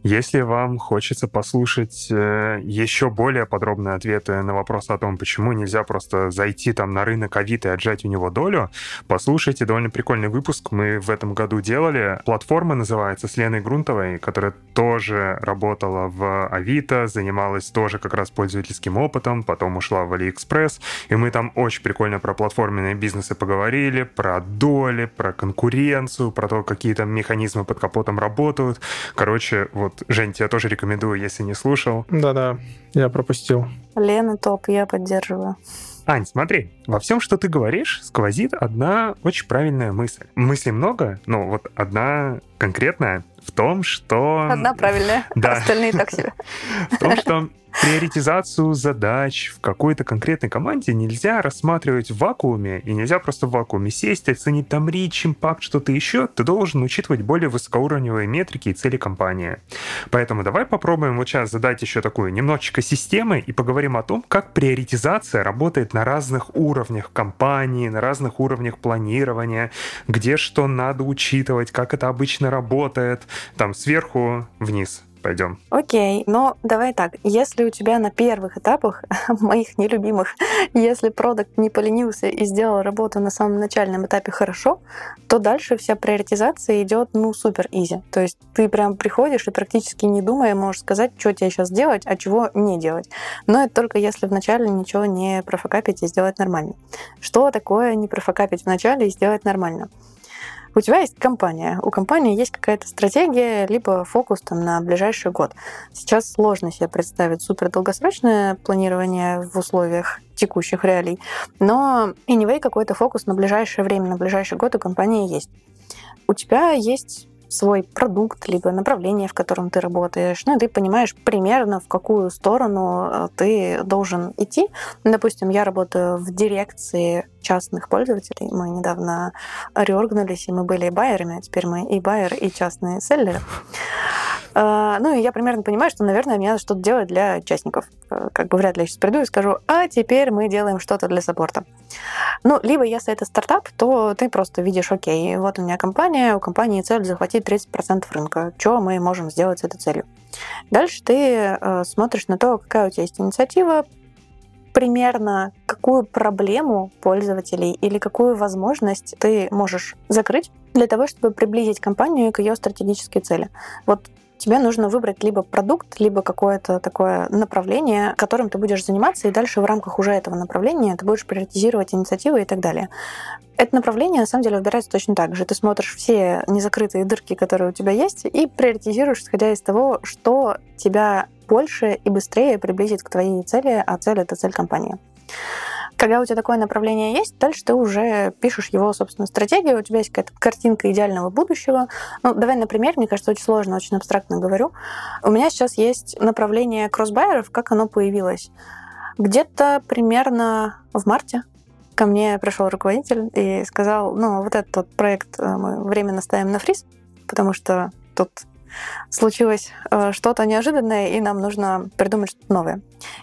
S1: Если вам хочется послушать э, еще более подробные ответы на вопрос о том, почему нельзя просто зайти там на рынок Авито и отжать у него долю, послушайте довольно прикольный выпуск. Мы в этом году делали. Платформа называется, с Леной Грунтовой, которая тоже работала в Авито, занималась тоже как раз пользовательским опытом, потом ушла в AliExpress. И мы там очень прикольно про платформенные бизнесы поговорили, про доли, про конкуренцию, про то, какие там механизмы под капотом работают. Короче, вот, Жень, тебе тоже рекомендую, если не слушал.
S2: Да-да, я пропустил.
S3: Лена топ, я поддерживаю.
S1: Ань, смотри, во всем, что ты говоришь, сквозит одна очень правильная мысль. Мыслей много, но вот одна конкретная в том, что...
S3: Одна правильная,
S1: да.
S3: Остальные так себе.
S1: В том, что приоритизацию задач в какой-то конкретной команде нельзя рассматривать в вакууме, и нельзя просто в вакууме сесть, оценить там рич, импакт, что-то еще. Ты должен учитывать более высокоуровневые метрики и цели компании. Поэтому давай попробуем вот сейчас задать еще такую немножечко системы и поговорим о том, как приоритизация работает на разных уровнях компании, на разных уровнях планирования, где что надо учитывать, как это обычно работает, там сверху вниз. Пойдем.
S3: Окей, но давай так. Если у тебя на первых этапах, моих нелюбимых, если продакт не поленился и сделал работу на самом начальном этапе хорошо, то дальше вся приоритизация идет, ну, супер изи. То есть ты прям приходишь и практически не думая можешь сказать, что тебе сейчас делать, а чего не делать. Но это только если вначале ничего не профокапить и сделать нормально. Что такое не профокапить вначале и сделать нормально? У тебя есть компания, у компании есть какая-то стратегия, либо фокус там на ближайший год. Сейчас сложно себе представить супердолгосрочное планирование в условиях текущих реалий, но anyway, какой-то фокус на ближайшее время, на ближайший год у компании есть. У тебя есть свой продукт, либо направление, в котором ты работаешь, ну и ты понимаешь примерно, в какую сторону ты должен идти. Допустим, я работаю в дирекции частных пользователей. Мы недавно реоргнулись, и мы были и байерами, а теперь мы и байер, и частные селлеры. Ну и я примерно понимаю, что, наверное, мне надо что-то делать для частников. Как бы вряд ли я сейчас приду и скажу, а теперь мы делаем что-то для саппорта. Ну, либо если это стартап, то ты просто видишь, окей, вот у меня компания, у компании цель захватить тридцать процентов рынка. Что мы можем сделать с этой целью? Дальше ты смотришь на то, какая у тебя есть инициатива, примерно какую проблему пользователей или какую возможность ты можешь закрыть для того, чтобы приблизить компанию к ее стратегической цели. Вот тебе нужно выбрать либо продукт, либо какое-то такое направление, которым ты будешь заниматься, и дальше в рамках уже этого направления ты будешь приоритизировать инициативы и так далее. Это направление, на самом деле, выбирается точно так же. Ты смотришь все незакрытые дырки, которые у тебя есть, и приоритизируешь, исходя из того, что тебя больше и быстрее приблизит к твоей цели, а цель — это цель компании. Когда у тебя такое направление есть, дальше ты уже пишешь его, собственно, стратегию, у тебя есть какая-то картинка идеального будущего. Ну, давай, например, мне кажется, очень сложно, очень абстрактно говорю. У меня сейчас есть направление кроссбайеров, как оно появилось. Где-то примерно в марте ко мне пришел руководитель и сказал, ну, вот этот вот проект мы временно ставим на фриз, потому что тут случилось э, что-то неожиданное, и нам нужно придумать что-то новое.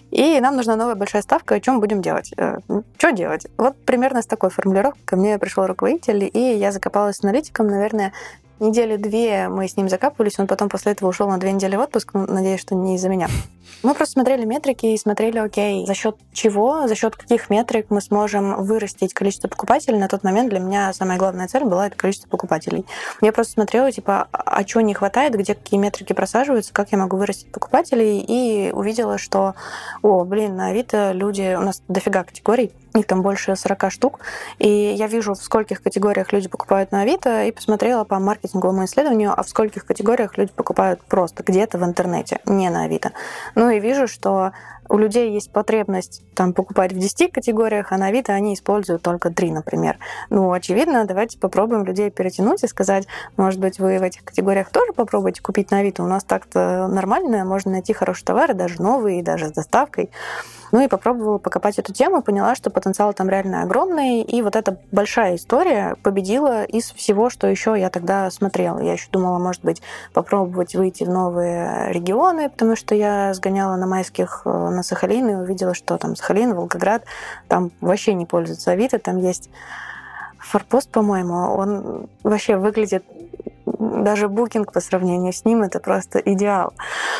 S3: И нам нужна новая большая ставка, о чем будем делать? Э, что делать? Вот примерно с такой формулировкой ко мне пришел руководитель, и я закопалась с аналитиком, наверное, недели две мы с ним закапывались, он потом после этого ушел на две недели в отпуск, ну, надеюсь, что не из-за меня. Мы просто смотрели метрики и смотрели, окей, за счет чего, за счет каких метрик мы сможем вырастить количество покупателей. На тот момент для меня самая главная цель была это количество покупателей. Я просто смотрела, типа, а чего не хватает, где какие метрики просаживаются, как я могу вырастить покупателей, и увидела, что, о, блин, на Авито люди, у нас дофига категорий, их там больше сорок штук, и я вижу, в скольких категориях люди покупают на Авито, и посмотрела по маркетинговому исследованию, а в скольких категориях люди покупают просто где-то в интернете, не на Авито. Ну и вижу, что у людей есть потребность там покупать в десяти категориях, а на Авито они используют только три, например. Ну, очевидно, давайте попробуем людей перетянуть и сказать, может быть, вы в этих категориях тоже попробуйте купить на Авито. У нас так-то нормально, можно найти хорошие товары, даже новые, даже с доставкой. Ну и попробовала покопать эту тему, поняла, что потенциал там реально огромный, и вот эта большая история победила из всего, что еще я тогда смотрела. Я еще думала, может быть, попробовать выйти в новые регионы, потому что я сгоняла на майских на Сахалин и увидела, что там Сахалин, Волгоград, там вообще не пользуются Авито, там есть форпост, по-моему, он вообще выглядит даже Booking по сравнению с ним это просто идеал.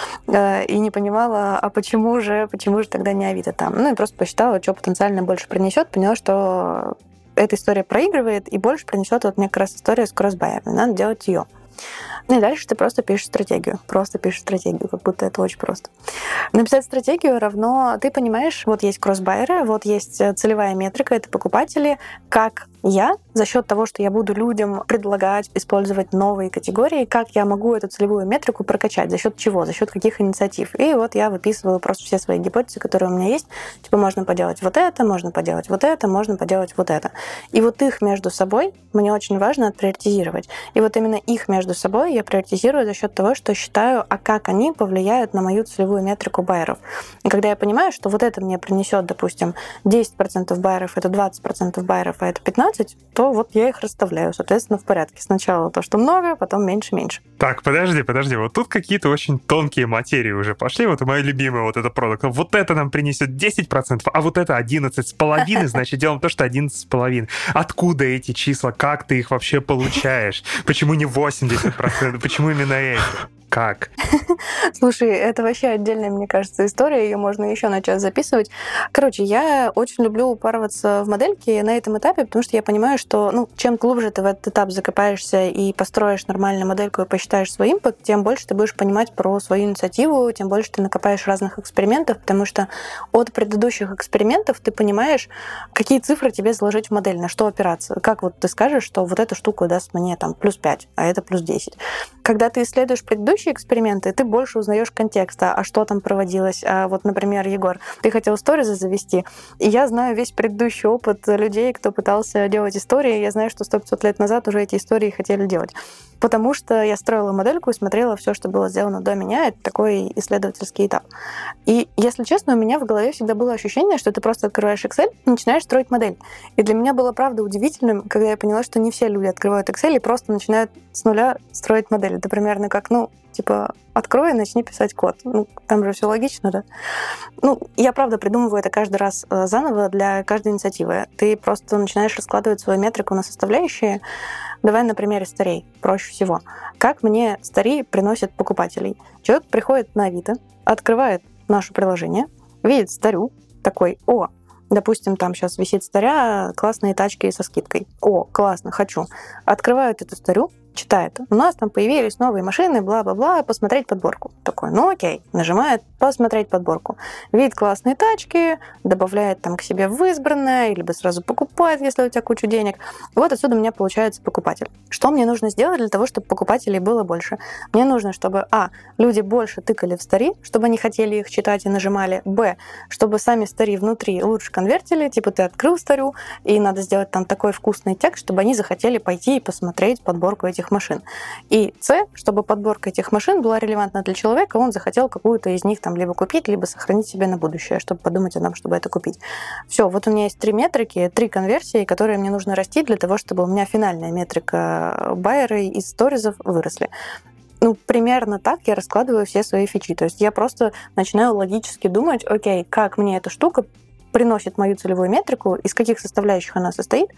S3: И не понимала, а почему же, почему же тогда не Авито там? Ну и просто посчитала, что потенциально больше принесет, поняла, что эта история проигрывает, и больше принесет вот мне как раз история с кросс-байерами. Надо делать ее. Ну и дальше ты просто пишешь стратегию. Просто пишешь стратегию, как будто это очень просто. Написать стратегию равно... Ты понимаешь, вот есть кросс-байеры, вот есть целевая метрика, это покупатели. Как я, за счет того, что я буду людям предлагать использовать новые категории, как я могу эту целевую метрику прокачать, за счет чего, за счет каких инициатив. И вот я выписываю просто все свои гипотезы, которые у меня есть. Типа можно поделать вот это, можно поделать вот это, можно поделать вот это. И вот их между собой мне очень важно отприоритизировать. И вот именно их между собой я приоритизирую за счет того, что считаю, а как они повлияют на мою целевую метрику байеров. И когда я понимаю, что вот это мне принесет, допустим, десять процентов байеров, это двадцать процентов байеров, а это пятнадцать процентов, то вот я их расставляю, соответственно, в порядке. Сначала то, что много, потом меньше-меньше.
S1: Так, подожди, подожди. Вот тут какие-то очень тонкие материи уже пошли. Вот моя любимая вот эта продукт. Вот это нам принесет десять процентов, а вот это одиннадцать с половиной, значит, делаем то, что одиннадцать с половиной. Откуда эти числа? Как ты их вообще получаешь? Почему не восемьдесят процентов? Почему именно эти? Как?
S3: Слушай, это вообще отдельная, мне кажется, история, ее можно еще на час записывать. Короче, я очень люблю упарываться в модельке на этом этапе, потому что я понимаю, что ну, чем глубже ты в этот этап закопаешься и построишь нормальную модельку и посчитаешь свой импакт, тем больше ты будешь понимать про свою инициативу, тем больше ты накопаешь разных экспериментов, потому что от предыдущих экспериментов ты понимаешь, какие цифры тебе заложить в модель, на что опираться. Как вот ты скажешь, что вот эта штука даст мне там плюс пять, а это плюс десять. Когда ты исследуешь предыдущие эксперименты, ты больше узнаешь контекста, а что там проводилось. А вот, например, Егор, ты хотел сторизы завести, и я знаю весь предыдущий опыт людей, кто пытался делать истории. Я знаю, что сто пятьсот лет назад уже эти истории хотели делать. Потому что я строила модельку и смотрела все, что было сделано до меня. Это такой исследовательский этап. И, если честно, у меня в голове всегда было ощущение, что ты просто открываешь Excel и начинаешь строить модель. И для меня было, правда, удивительным, когда я поняла, что не все люди открывают Excel и просто начинают с нуля строить модель. Это примерно как, ну, типа, открой и начни писать код. Ну, там же все логично, да? Ну, я, правда, придумываю это каждый раз заново для каждой инициативы. Ты просто начинаешь раскладывать свою метрику на составляющие. Давай на примере старей, проще всего. Как мне старей приносят покупателей? Человек приходит на Авито, открывает наше приложение, видит старю, такой, о, допустим, там сейчас висит старя, классные тачки со скидкой. О, классно, хочу. Открывают эту старю, читает. У нас там появились новые машины, бла-бла-бла, посмотреть подборку. Такой, ну окей, нажимает посмотреть подборку. Видит классные тачки, добавляет там к себе в избранное, либо сразу покупает, если у тебя куча денег. И вот отсюда у меня получается покупатель. Что мне нужно сделать для того, чтобы покупателей было больше? Мне нужно, чтобы, а, люди больше тыкали в стари, чтобы они хотели их читать и нажимали, б, чтобы сами стари внутри лучше конвертили, типа ты открыл старю, и надо сделать там такой вкусный текст, чтобы они захотели пойти и посмотреть подборку этих машин. И С, чтобы подборка этих машин была релевантна для человека, он захотел какую-то из них там либо купить, либо сохранить себе на будущее, чтобы подумать о том, чтобы это купить. Все, вот у меня есть три метрики, три конверсии, которые мне нужно расти для того, чтобы у меня финальная метрика байеры из сторизов выросли. Ну, примерно так я раскладываю все свои фичи. То есть я просто начинаю логически думать, окей, как мне эта штука приносит мою целевую метрику, из каких составляющих она состоит,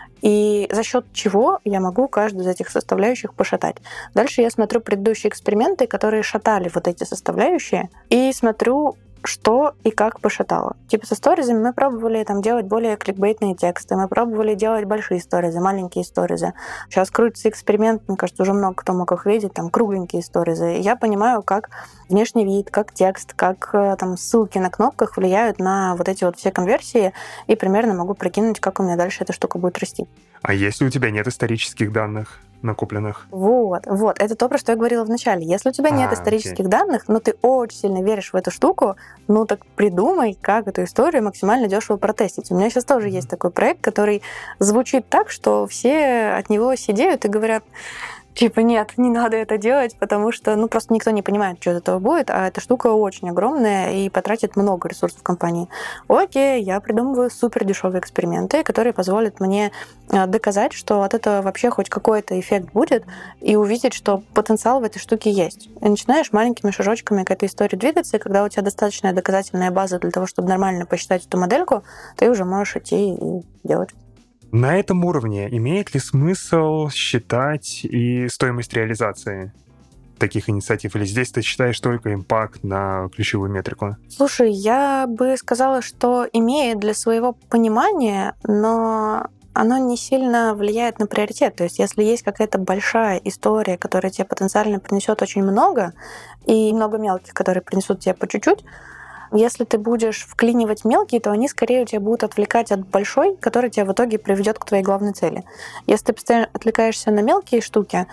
S3: и за счет чего я могу каждую из этих составляющих пошатать. Дальше я смотрю предыдущие эксперименты, которые шатали вот эти составляющие, и смотрю, что и как пошатало. Типа со сторизами мы пробовали там делать более кликбейтные тексты, мы пробовали делать большие сторизы, маленькие сторизы. Сейчас крутится эксперимент, мне кажется, уже много кто мог их видеть, там кругленькие сторизы. И я понимаю, как внешний вид, как текст, как там ссылки на кнопках влияют на вот эти вот все конверсии, и примерно могу прикинуть, как у меня дальше эта штука будет расти.
S1: А если у тебя нет исторических данных накопленных?
S3: Вот, вот. Это то, про что я говорила в начале. Если у тебя а, нет исторических окей. данных, но ты очень сильно веришь в эту штуку, ну так придумай, как эту историю максимально дешево протестить. У меня сейчас тоже mm-hmm. есть такой проект, который звучит так, что все от него сидеют и говорят, типа, нет, не надо это делать, потому что, ну, просто никто не понимает, что из этого будет, а эта штука очень огромная и потратит много ресурсов компании. Окей, я придумываю супер дешевые эксперименты, которые позволят мне доказать, что от этого вообще хоть какой-то эффект будет, и увидеть, что потенциал в этой штуке есть. И начинаешь маленькими шажочками к этой истории двигаться, и когда у тебя достаточная доказательная база для того, чтобы нормально посчитать эту модельку, ты уже можешь идти и делать.
S1: На этом уровне имеет ли смысл считать и стоимость реализации таких инициатив? Или здесь ты считаешь только импакт на ключевую метрику?
S3: Слушай, я бы сказала, что имеет для своего понимания, но оно не сильно влияет на приоритет. То есть если есть какая-то большая история, которая тебе потенциально принесет очень много, и много мелких, которые принесут тебе по чуть-чуть, если ты будешь вклинивать мелкие, то они скорее у тебя будут отвлекать от большой, который тебя в итоге приведет к твоей главной цели. Если ты постоянно отвлекаешься на мелкие штуки,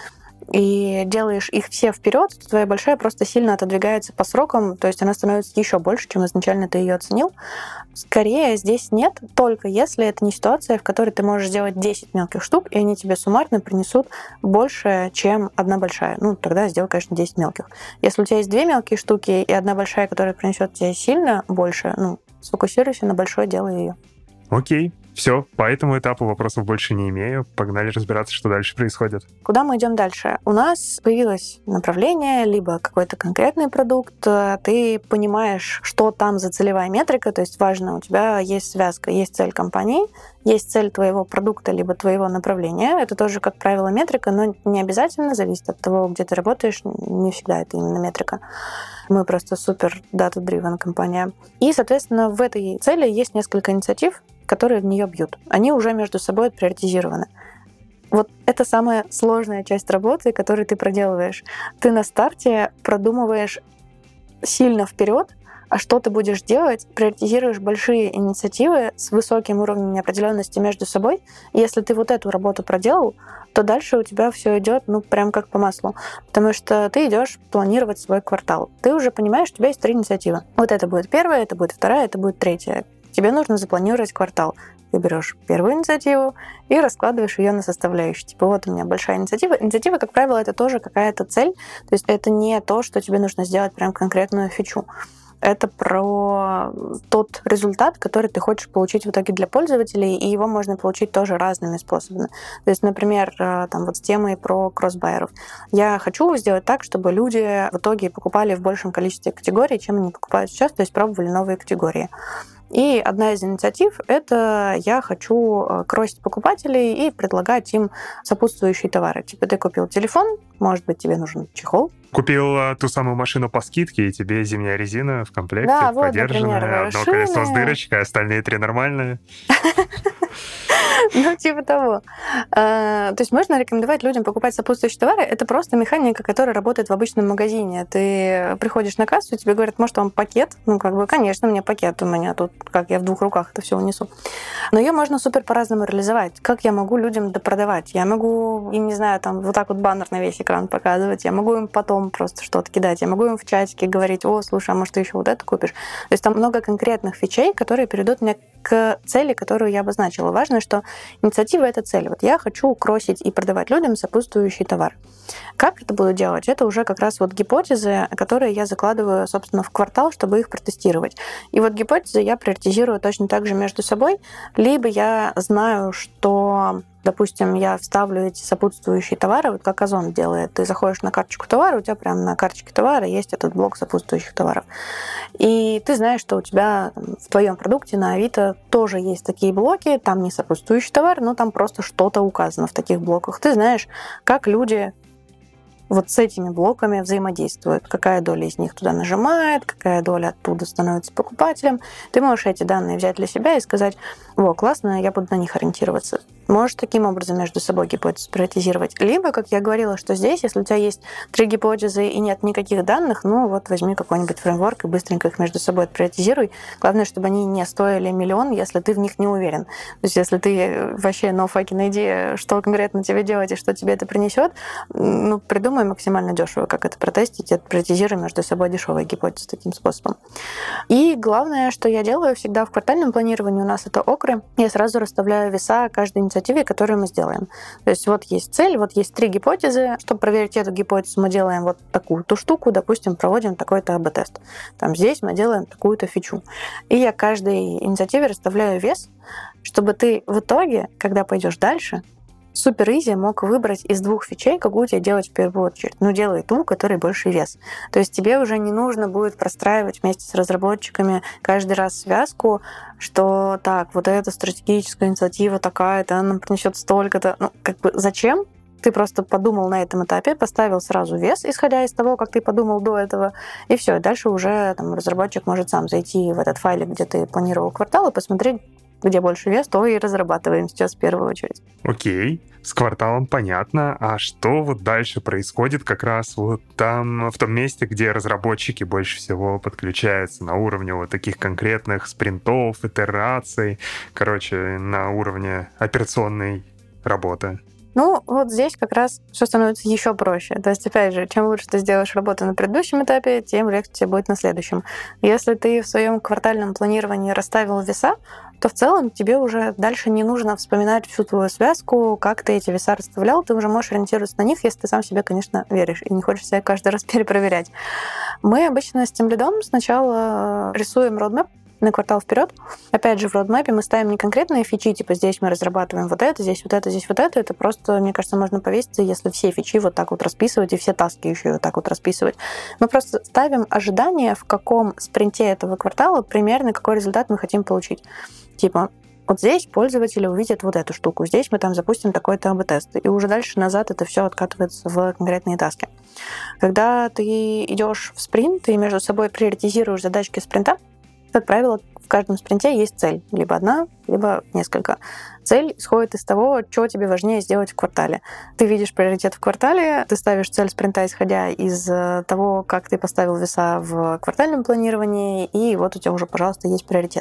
S3: и делаешь их все вперед, то твоя большая просто сильно отодвигается по срокам, то есть она становится еще больше, чем изначально ты ее оценил. Скорее здесь нет, только если это не ситуация, в которой ты можешь сделать десять мелких штук, и они тебе суммарно принесут больше, чем одна большая. Ну, тогда сделай, конечно, десять мелких. Если у тебя есть две мелкие штуки и одна большая, которая принесет тебе сильно больше, ну, сфокусируйся на большой, делай ее.
S1: Окей. Все, по этому этапу вопросов больше не имею. Погнали разбираться, что дальше происходит.
S3: Куда мы идем дальше? У нас появилось направление, либо какой-то конкретный продукт. Ты понимаешь, что там за целевая метрика, то есть важно, у тебя есть связка, есть цель компании, есть цель твоего продукта, либо твоего направления. Это тоже, как правило, метрика, но не обязательно, зависит от того, где ты работаешь. Не всегда это именно метрика. Мы просто супер data-driven компания. И, соответственно, в этой цели есть несколько инициатив, которые в нее бьют. Они уже между собой отприоритизированы. Вот это самая сложная часть работы, которую ты проделываешь. Ты на старте продумываешь сильно вперед, а что ты будешь делать, приоритизируешь большие инициативы с высоким уровнем неопределенности между собой. И если ты вот эту работу проделал, то дальше у тебя все идет, ну, прям как по маслу. Потому что ты идешь планировать свой квартал. Ты уже понимаешь, у тебя есть три инициативы. Вот это будет первая, это будет вторая, это будет третья. Тебе нужно запланировать квартал. Ты берешь первую инициативу и раскладываешь ее на составляющие. Типа, вот у меня большая инициатива. Инициатива, как правило, это тоже какая-то цель. То есть это не то, что тебе нужно сделать прям конкретную фичу. Это про тот результат, который ты хочешь получить в итоге для пользователей, и его можно получить тоже разными способами. То есть, например, там вот с темой про кроссбайеров. Я хочу сделать так, чтобы люди в итоге покупали в большем количестве категорий, чем они покупают сейчас, то есть пробовали новые категории. И одна из инициатив — это я хочу кроссить покупателей и предлагать им сопутствующие товары. Типа ты купил телефон, может быть, тебе нужен чехол.
S1: Купил а, ту самую машину по скидке, и тебе зимняя резина в комплекте,
S3: да, вот,
S1: подержанная,
S3: например,
S1: одно
S3: шины.
S1: колесо с дырочкой, остальные три нормальные.
S3: Ну, типа того. То есть можно рекомендовать людям покупать сопутствующие товары. Это просто механика, которая работает в обычном магазине. Ты приходишь на кассу, тебе говорят, может, вам пакет? Ну, как бы, конечно, мне пакет, у меня тут, как я в двух руках это все унесу. Но ее можно супер по-разному реализовать. Как я могу людям допродавать? Я могу им, не знаю, там вот так вот баннер на весь экран показывать, я могу им потом просто что-то кидать, я могу им в чатике говорить, о, слушай, а может, ты еще вот это купишь? То есть там много конкретных фичей, которые перейдут мне к цели, которую я обозначила. Важно, что инициатива — это цель. Вот я хочу кроссить и продавать людям сопутствующий товар. Как это буду делать? Это уже как раз вот гипотезы, которые я закладываю, собственно, в квартал, чтобы их протестировать. И вот гипотезы я приоритизирую точно так же между собой. Либо я знаю, что, допустим, я вставлю эти сопутствующие товары, вот как Озон делает. Ты заходишь на карточку товара, у тебя прямо на карточке товара есть этот блок сопутствующих товаров. И ты знаешь, что у тебя в твоем продукте на Авито тоже есть такие блоки, там не сопутствующий товар, но там просто что-то указано в таких блоках. Ты знаешь, как люди вот с этими блоками взаимодействуют, какая доля из них туда нажимает, какая доля оттуда становится покупателем. Ты можешь эти данные взять для себя и сказать, о, классно, я буду на них ориентироваться. Можешь таким образом между собой гипотезы приоритизировать. Либо, как я говорила, что здесь, если у тебя есть три гипотезы и нет никаких данных, ну вот возьми какой-нибудь фреймворк и быстренько их между собой приоритизируй. Главное, чтобы они не стоили миллион, если ты в них не уверен. То есть если ты вообще no fucking idea, что конкретно тебе делать и что тебе это принесет, ну, придумай максимально дешево, как это протестить, и приоритизируй между собой дешевые гипотезы таким способом. И главное, что я делаю всегда в квартальном планировании, у нас это окры, я сразу расставляю веса каждой инициативе, которую мы сделаем. То есть вот есть цель, вот есть три гипотезы. Чтобы проверить эту гипотезу, мы делаем вот такую-то штуку, допустим, проводим такой-то эй би тест. Там здесь мы делаем такую-то фичу. И я каждой инициативе расставляю вес, чтобы ты в итоге, когда пойдешь дальше, супер изи мог выбрать из двух фичей, какую тебе делать в первую очередь. Ну, делай ту, у которой больше вес. То есть тебе уже не нужно будет простраивать вместе с разработчиками каждый раз связку, что так, вот эта стратегическая инициатива такая-то, она нам принесет столько-то. Ну, как бы зачем? Ты просто подумал на этом этапе, поставил сразу вес, исходя из того, как ты подумал до этого, и все. И дальше уже там, разработчик может сам зайти в этот файлик, где ты планировал квартал, и посмотреть, где больше вес, то и разрабатываем сейчас в первую очередь.
S1: Окей, с кварталом понятно. А что вот дальше происходит как раз вот там, в том месте, где разработчики больше всего подключаются на уровне вот таких конкретных спринтов, итераций, короче, на уровне операционной работы?
S3: Ну, вот здесь как раз все становится еще проще. То есть, опять же, чем лучше ты сделаешь работу на предыдущем этапе, тем легче тебе будет на следующем. Если ты в своем квартальном планировании расставил веса, то в целом тебе уже дальше не нужно вспоминать всю твою связку, как ты эти веса расставлял, ты уже можешь ориентироваться на них, если ты сам себе, конечно, веришь и не хочешь себя каждый раз перепроверять. Мы обычно с тимлидом сначала рисуем roadmap на квартал вперед. Опять же, в roadmap мы ставим не конкретные фичи, типа здесь мы разрабатываем вот это, здесь вот это, здесь вот это. Это просто, мне кажется, можно повеситься, если все фичи вот так вот расписывать и все таски еще вот так вот расписывать. Мы просто ставим ожидания, в каком спринте этого квартала примерно какой результат мы хотим получить. Типа, вот здесь пользователи увидят вот эту штуку, здесь мы там запустим такой-то эй би тест, и уже дальше назад это все откатывается в конкретные таски. Когда ты идешь в спринт, ты между собой приоритизируешь задачки спринта, как правило, в каждом спринте есть цель. Либо одна, либо несколько. Цель исходит из того, что тебе важнее сделать в квартале. Ты видишь приоритет в квартале, ты ставишь цель спринта, исходя из того, как ты поставил веса в квартальном планировании, и вот у тебя уже, пожалуйста, есть приоритет.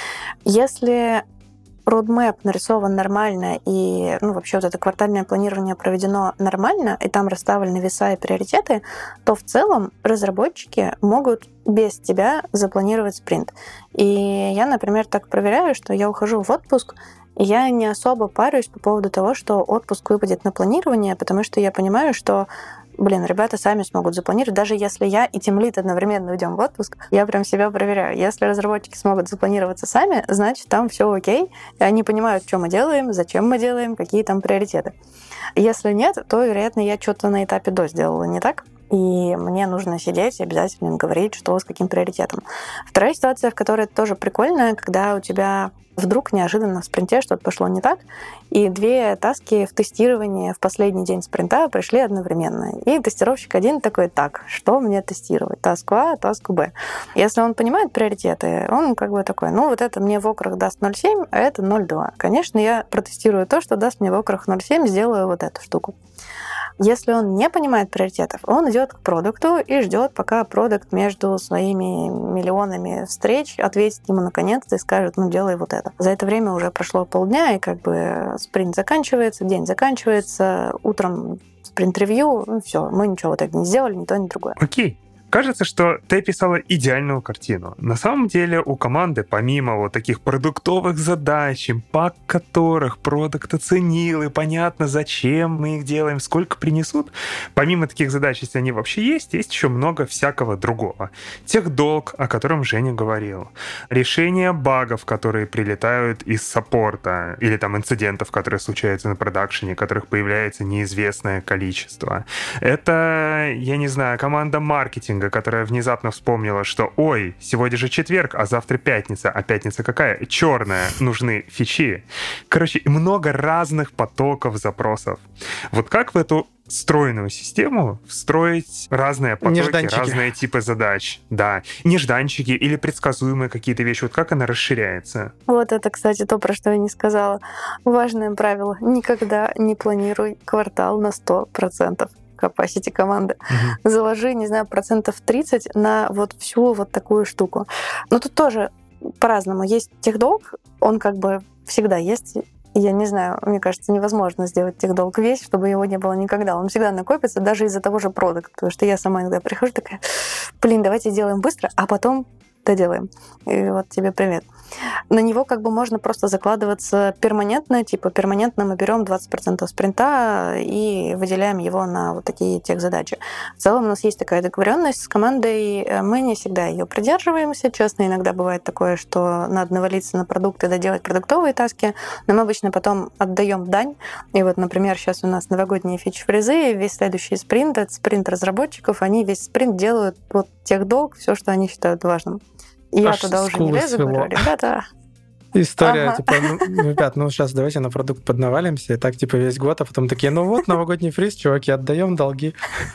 S3: Если roadmap нарисован нормально, и ну, вообще вот это квартальное планирование проведено нормально, и там расставлены веса и приоритеты, то в целом разработчики могут без тебя запланировать спринт. И я, например, так проверяю, что я ухожу в отпуск, и я не особо парюсь по поводу того, что отпуск выпадет на планирование, потому что я понимаю, что блин, ребята сами смогут запланировать. Даже если я и тимлид одновременно уйдем в отпуск, я прям себя проверяю. Если разработчики смогут запланироваться сами, значит, там все окей. И они понимают, что мы делаем, зачем мы делаем, какие там приоритеты. Если нет, то, вероятно, я что-то на этапе до сделала не так. И мне нужно сидеть и обязательно им говорить, что с каким приоритетом. Вторая ситуация, в которой это тоже прикольно, когда у тебя вдруг неожиданно в спринте что-то пошло не так, и две таски в тестировании в последний день спринта пришли одновременно. И тестировщик один такой: так, что мне тестировать? Таску А, таску Б. Если он понимает приоритеты, он как бы такой: ну вот это мне в окрах даст ноль целых семь десятых, а это ноль целых два десятых. Конечно, я протестирую то, что даст мне в окрах ноль целых семь десятых, сделаю вот эту штуку. Если он не понимает приоритетов, он идет к продукту и ждет, пока продукт между своими миллионами встреч ответит ему наконец-то и скажет: ну, делай вот это. За это время уже прошло полдня, и как бы спринт заканчивается, день заканчивается, утром спринт-ревью, ну, все, мы ничего вот это не сделали, ни то, ни другое.
S1: Окей. Кажется, что ты описала идеальную картину. На самом деле у команды, помимо вот таких продуктовых задач, импакт которых продукт оценил, и понятно, зачем мы их делаем, сколько принесут, помимо таких задач, если они вообще есть, есть еще много всякого другого. Техдолг, о котором Женя говорил. Решение багов, которые прилетают из саппорта, или там инцидентов, которые случаются на продакшене, которых появляется неизвестное количество. Это, я не знаю, команда маркетинга, которая внезапно вспомнила, что ой, сегодня же четверг, а завтра пятница. А пятница какая? Черная. Нужны фичи. Короче, много разных потоков запросов. Вот как в эту стройную систему встроить разные потоки,
S2: Нежданчики.
S1: разные типы задач? Да. Нежданчики или предсказуемые какие-то вещи. Вот как она расширяется?
S3: Вот это, кстати, то, про что я не сказала. Важное правило. Никогда не планируй квартал на сто процентов. Capacity команды. Угу. Заложи, не знаю, процентов тридцать на вот всю вот такую штуку. Но тут тоже по-разному. Есть техдолг, он как бы всегда есть. Я не знаю, мне кажется, невозможно сделать техдолг весь, чтобы его не было никогда. Он всегда накопится, даже из-за того же продукта. Потому что я сама иногда прихожу такая: блин, давайте сделаем быстро, а потом доделаем. И вот тебе привет. На него как бы можно просто закладываться перманентно, типа перманентно мы берем двадцать процентов спринта и выделяем его на вот такие техзадачи. В целом у нас есть такая договоренность с командой, мы не всегда ее придерживаемся. Честно, иногда бывает такое, что надо навалиться на продукты, доделать продуктовые таски, но мы обычно потом отдаем дань. И вот, например, сейчас у нас новогодние фичи-фризы, весь следующий спринт, это спринт разработчиков, они весь спринт делают вот техдолг, все, что они считают важным. И я
S2: Аж
S3: туда уже не лезу,
S2: свело.
S3: говорю, ребята...
S2: История,
S3: Ага.
S2: типа, ну, ребят, ну сейчас давайте на продукт поднавалимся, и так, типа, весь год, а потом такие, ну вот, новогодний фриз, чуваки, отдаем долги.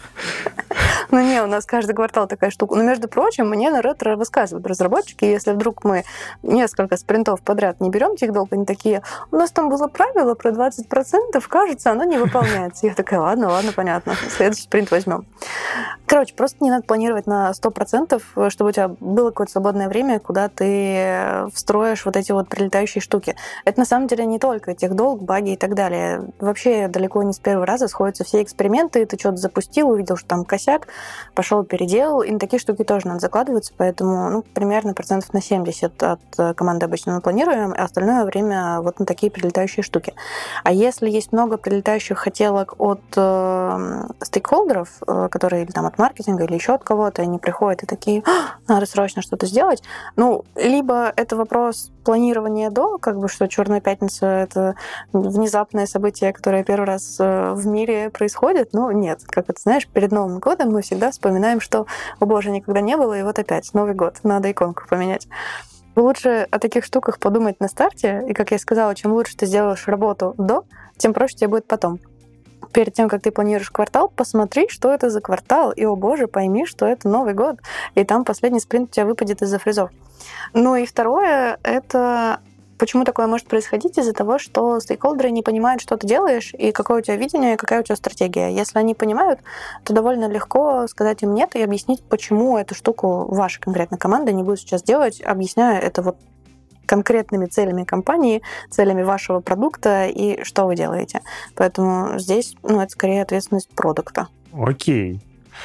S3: Ну не, у нас каждый квартал такая штука. Но, между прочим, мне на ретро высказывают разработчики, если вдруг мы несколько спринтов подряд не берем техдолг, они такие, у нас там было правило про двадцать процентов, кажется, оно не выполняется. Я такая, ладно, ладно, понятно, следующий спринт возьмем. Короче, просто не надо планировать на сто процентов, чтобы у тебя было какое-то свободное время, куда ты встроишь вот эти вот прилетающие штуки. Это на самом деле не только техдолг, баги и так далее. Вообще далеко не с первого раза сходятся все эксперименты, ты что-то запустил, увидел, что там косяк, пошел, переделал, и на такие штуки тоже надо закладываться, поэтому ну, примерно процентов на семьдесят от команды обычно мы планируем, а остальное время вот на такие прилетающие штуки. А если есть много прилетающих хотелок от э, стейкхолдеров, э, которые или там от маркетинга, или еще от кого-то, они приходят и такие, надо срочно что-то сделать, ну, либо это вопрос планирования до, как бы, что Черная пятница — это внезапное событие, которое первый раз в мире происходит, ну, нет, как это, знаешь, перед Новым годом мы всегда вспоминаем, что, о боже, никогда не было, и вот опять Новый год, надо иконку поменять. Лучше о таких штуках подумать на старте, и, как я сказала, чем лучше ты сделаешь работу до, тем проще тебе будет потом. Перед тем, как ты планируешь квартал, посмотри, что это за квартал, и, о боже, пойми, что это Новый год, и там последний спринт у тебя выпадет из-за фризов. Ну и второе, это почему такое может происходить из-за того, что стейкхолдеры не понимают, что ты делаешь, и какое у тебя видение, и какая у тебя стратегия. Если они понимают, то довольно легко сказать им нет и объяснить, почему эту штуку ваша конкретная команда не будет сейчас делать, объясняя это вот конкретными целями компании, целями вашего продукта и что вы делаете. Поэтому здесь, ну, это скорее ответственность продукта.
S1: Окей.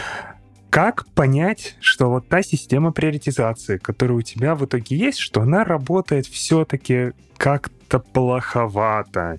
S1: Как понять, что вот та система приоритизации, которая у тебя в итоге есть, что она работает все-таки как-то плоховато,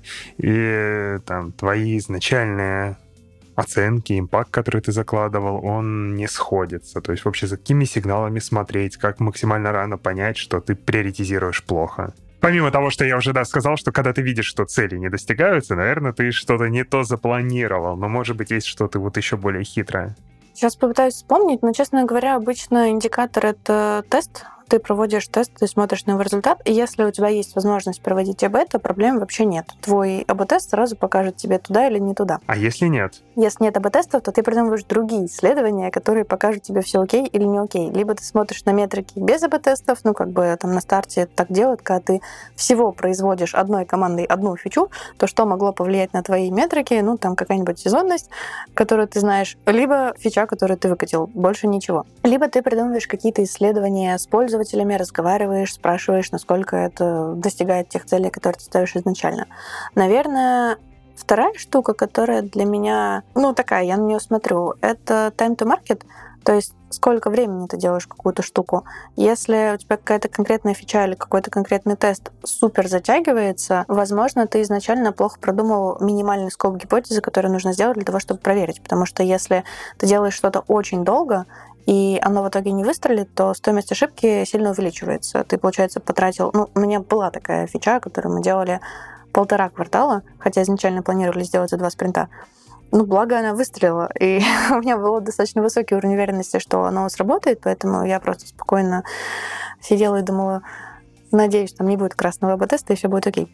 S1: и там твои изначальные оценки, импакт, который ты закладывал, он не сходится. То есть вообще за какими сигналами смотреть, как максимально рано понять, что ты приоритизируешь плохо. Помимо того, что я уже, да, сказал, что когда ты видишь, что цели не достигаются, наверное, ты что-то не то запланировал, но, может быть, есть что-то вот еще более хитрое.
S3: Сейчас попытаюсь вспомнить, но, честно говоря, обычно индикатор — это тест. Ты проводишь тест, ты смотришь на его результат, и если у тебя есть возможность проводить эй би, то проблем вообще нет. Твой эй би-тест сразу покажет тебе туда или не туда.
S1: А если нет?
S3: Если нет эй би-тестов, то ты придумываешь другие исследования, которые покажут тебе, все окей или не окей. Либо ты смотришь на метрики без эй би-тестов, ну, как бы там на старте это так делают, когда ты всего производишь одной командой одну фичу, то что могло повлиять на твои метрики, ну, там какая-нибудь сезонность, которую ты знаешь, либо фича, которую ты выкатил, больше ничего. Либо ты придумываешь какие-то исследования с пользователями, разговариваешь, спрашиваешь, насколько это достигает тех целей, которые ты ставишь изначально. Наверное, вторая штука, которая для меня, ну, такая, я на нее смотрю, это time to market, то есть сколько времени ты делаешь какую-то штуку. Если у тебя какая-то конкретная фича или какой-то конкретный тест супер затягивается, возможно, ты изначально плохо продумал минимальный скоп гипотезы, который нужно сделать для того, чтобы проверить. Потому что если ты делаешь что-то очень долго, и оно в итоге не выстрелит, то стоимость ошибки сильно увеличивается. Ты, получается, потратил... Ну, у меня была такая фича, которую мы делали полтора квартала, хотя изначально планировали сделать за два спринта. Ну, благо она выстрелила, и у меня был достаточно высокий уровень уверенности, что оно сработает, поэтому я просто спокойно сидела и думала, надеюсь, там не будет красного эй би-теста, и все будет окей.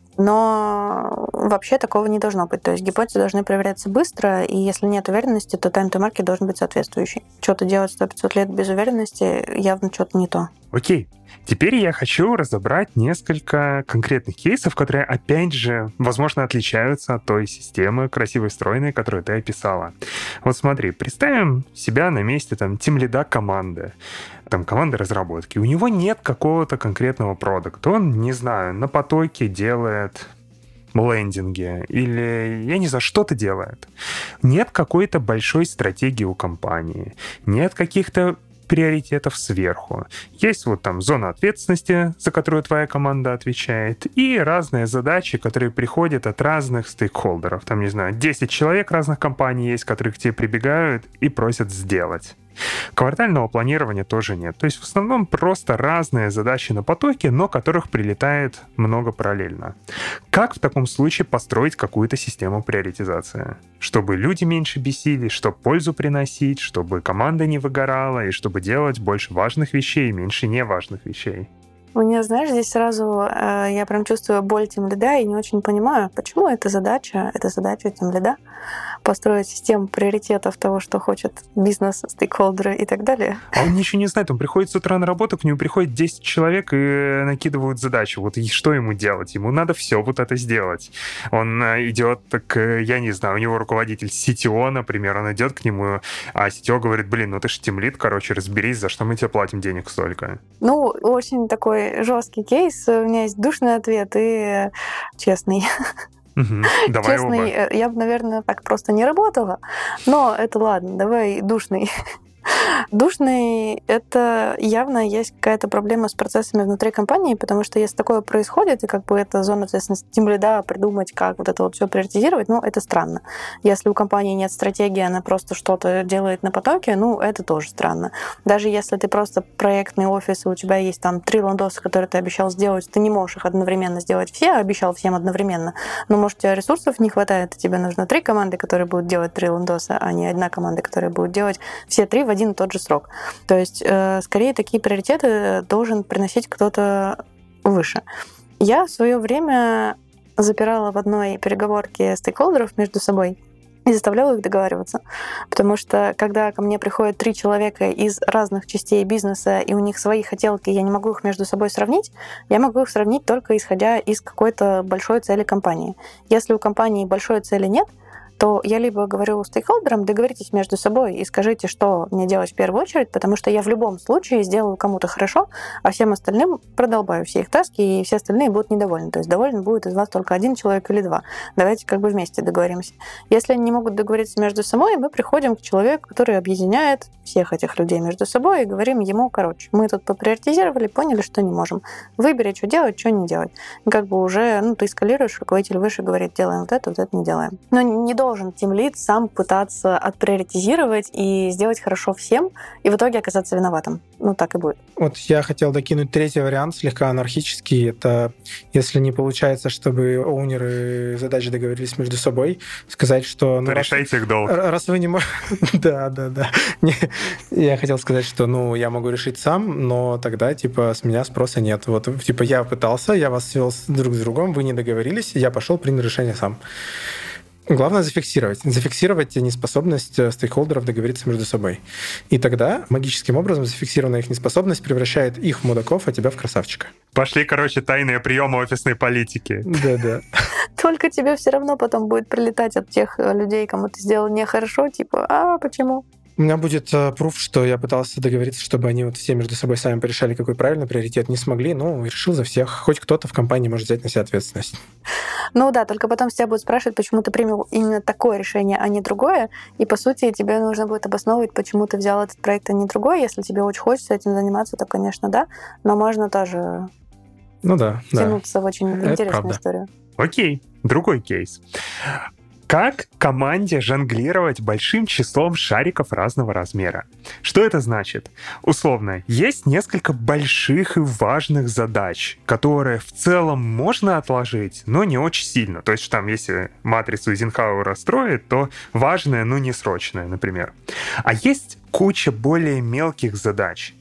S3: Но вообще такого не должно быть. То есть гипотезы должны проверяться быстро, и если нет уверенности, то time to market должен быть соответствующий. Что-то делать сто-пятьсот лет без уверенности явно что-то не то.
S1: Окей. Теперь я хочу разобрать несколько конкретных кейсов, которые, опять же, возможно, отличаются от той системы красивой, стройной, которую ты описала. Вот смотри, представим себя на месте там тимлида команды, там команды разработки. У него нет какого-то конкретного продукта. Он, не знаю, на потоке делает лендинги или, я не знаю, что-то делает. Нет какой-то большой стратегии у компании. Нет каких-то приоритетов сверху. Есть вот там зона ответственности, за которую твоя команда отвечает, и разные задачи, которые приходят от разных стейкхолдеров. Там, не знаю, десять человек разных компаний есть, которые к тебе прибегают и просят сделать. Квартального планирования тоже нет. То есть в основном просто разные задачи на потоке, но которых прилетает много параллельно. Как в таком случае построить какую-то систему приоритизации? Чтобы люди меньше бесили, чтобы пользу приносить, чтобы команда не выгорала, и чтобы делать больше важных вещей и меньше неважных вещей.
S3: У меня, знаешь, здесь сразу э, я прям чувствую боль тимлида и не очень понимаю, почему эта задача, эта задача тимлида построить систему приоритетов того, что хочет бизнес, стейкхолдеры и так далее.
S1: А он ничего не знает, он приходит с утра на работу, к нему приходит десять человек и накидывают задачу. Вот и что ему делать? Ему надо все вот это сделать. Он идет к, я не знаю, у него руководитель си ти о, например, он идет к нему, а си ти о говорит, блин, ну ты ж тимлид, короче, разберись, за что мы тебе платим денег столько.
S3: Ну, очень такой жесткий кейс. У меня есть душный ответ и честный.
S1: Угу. Давай
S3: Честный,
S1: оба.
S3: Я бы, наверное, так просто не работала. Но это ладно, давай душный. Душный — это явно есть какая-то проблема с процессами внутри компании, потому что если такое происходит, и как бы это зона ответственности тимлида придумать, как вот это вот все приоритизировать, ну, это странно. Если у компании нет стратегии, она просто что-то делает на потоке, ну, это тоже странно. Даже если ты просто проектный офис, и у тебя есть там три ландоса, которые ты обещал сделать, ты не можешь их одновременно сделать все, обещал всем одновременно, но, может, у тебя ресурсов не хватает, и тебе нужно три команды, которые будут делать три ландоса, а не одна команда, которая будет делать все три в один и тот же срок. То есть, э, скорее, такие приоритеты должен приносить кто-то выше. Я в свое время запирала в одной переговорке стейкхолдеров между собой и заставляла их договариваться. Потому что, когда ко мне приходят три человека из разных частей бизнеса, и у них свои хотелки, я не могу их между собой сравнить, я могу их сравнить только исходя из какой-то большой цели компании. Если у компании большой цели нет, то я либо говорю стейкхолдерам, договоритесь между собой и скажите, что мне делать в первую очередь, потому что я в любом случае сделаю кому-то хорошо, а всем остальным продолбаю все их таски, и все остальные будут недовольны. То есть доволен будет из вас только один человек или два. Давайте как бы вместе договоримся. Если они не могут договориться между собой, мы приходим к человеку, который объединяет всех этих людей между собой, и говорим ему, короче, мы тут поприоритизировали, поняли, что не можем. Выбери, что делать, что не делать. И как бы уже, ну, ты эскалируешь, руководитель выше говорит, делаем вот это, вот это не делаем. Но не должен тимлид сам пытаться отприоритизировать и сделать хорошо всем, и в итоге оказаться виноватым. Ну, так и будет.
S2: Вот я хотел докинуть третий вариант, слегка анархический. Это если не получается, чтобы оунеры задач договорились между собой, сказать, что...
S1: Ну, решайте их долг.
S2: Раз вы не можете... Да, да, да. Я хотел сказать, что, ну, я могу решить сам, но тогда, типа, с меня спроса нет. Вот, типа, я пытался, я вас свел друг с другом, вы не договорились, я пошел, принял решение сам. Главное зафиксировать. Зафиксировать неспособность стейкхолдеров договориться между собой. И тогда магическим образом зафиксированная их неспособность превращает их в мудаков, а тебя в красавчика.
S1: Пошли, короче, тайные приемы офисной политики.
S2: Да-да.
S3: Только тебе все равно потом будет прилетать от тех людей, кому ты сделал нехорошо, типа, а почему?
S2: У меня будет пруф, что я пытался договориться, чтобы они вот все между собой сами порешали, какой правильный приоритет. Не смогли, ну, решил за всех. Хоть кто-то в компании может взять на себя ответственность.
S3: Ну да, только потом с тебя будут спрашивать, почему ты принял именно такое решение, а не другое. И, по сути, тебе нужно будет обосновывать, почему ты взял этот проект, а не другой. Если тебе очень хочется этим заниматься, то, конечно, да. Но можно тоже
S2: ну да,
S3: втянуться
S2: да.
S3: в очень
S2: Это
S3: интересную
S2: правда.
S3: историю.
S1: Окей, другой кейс. Как команде жонглировать большим числом шариков разного размера? Что это значит? Условно, есть несколько больших и важных задач, которые в целом можно отложить, но не очень сильно. То есть там, если матрицу Эйзенхауэра строить, то важное, но не срочное, например. А есть куча более мелких задач.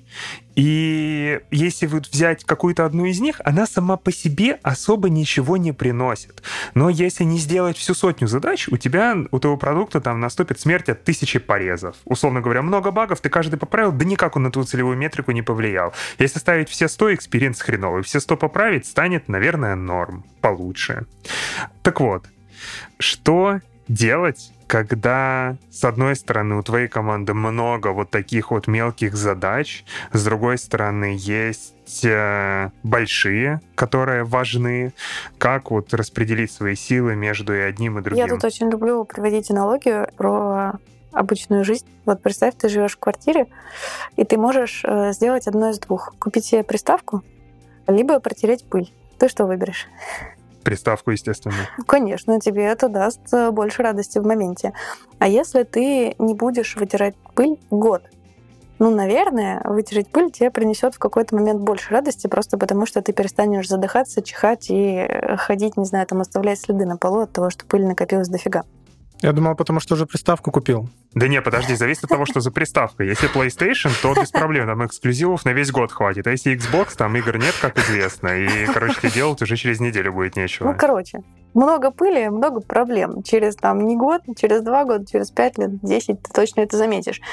S1: И если вот взять какую-то одну из них, она сама по себе особо ничего не приносит. Но если не сделать всю сотню задач, у тебя, у твоего продукта там наступит смерть от тысячи порезов. Условно говоря, много багов, ты каждый поправил, да никак он на твою целевую метрику не повлиял. Если ставить все сто, экспириенс хреновый. Все сто поправить, станет, наверное, норм, получше. Так вот, что делать, когда, с одной стороны, у твоей команды много вот таких вот мелких задач, с другой стороны, есть э, большие, которые важны, как вот распределить свои силы между и одним, и другим?
S3: Я тут очень люблю приводить аналогию про обычную жизнь. Вот представь, ты живешь в квартире, и ты можешь сделать одно из двух. Купить себе приставку, либо протереть пыль. Ты что выберешь?
S1: Приставку, естественно.
S3: Конечно, тебе это даст больше радости в моменте. А если ты не будешь вытирать пыль год? Ну, наверное, вытереть пыль тебе принесет в какой-то момент больше радости, просто потому что ты перестанешь задыхаться, чихать и ходить, не знаю, там оставлять следы на полу от того, что пыль накопилась дофига.
S2: Я думал, потому что уже приставку купил.
S1: Да не, подожди, зависит от того, что за приставка. Если PlayStation, то без проблем, там эксклюзивов на весь год хватит. А если Xbox, там игр нет, как известно, и, короче, тебе делать уже через неделю будет нечего.
S3: Ну, короче, много пыли, много проблем. Через там не год, через два года, через пять лет, десять ты точно это заметишь.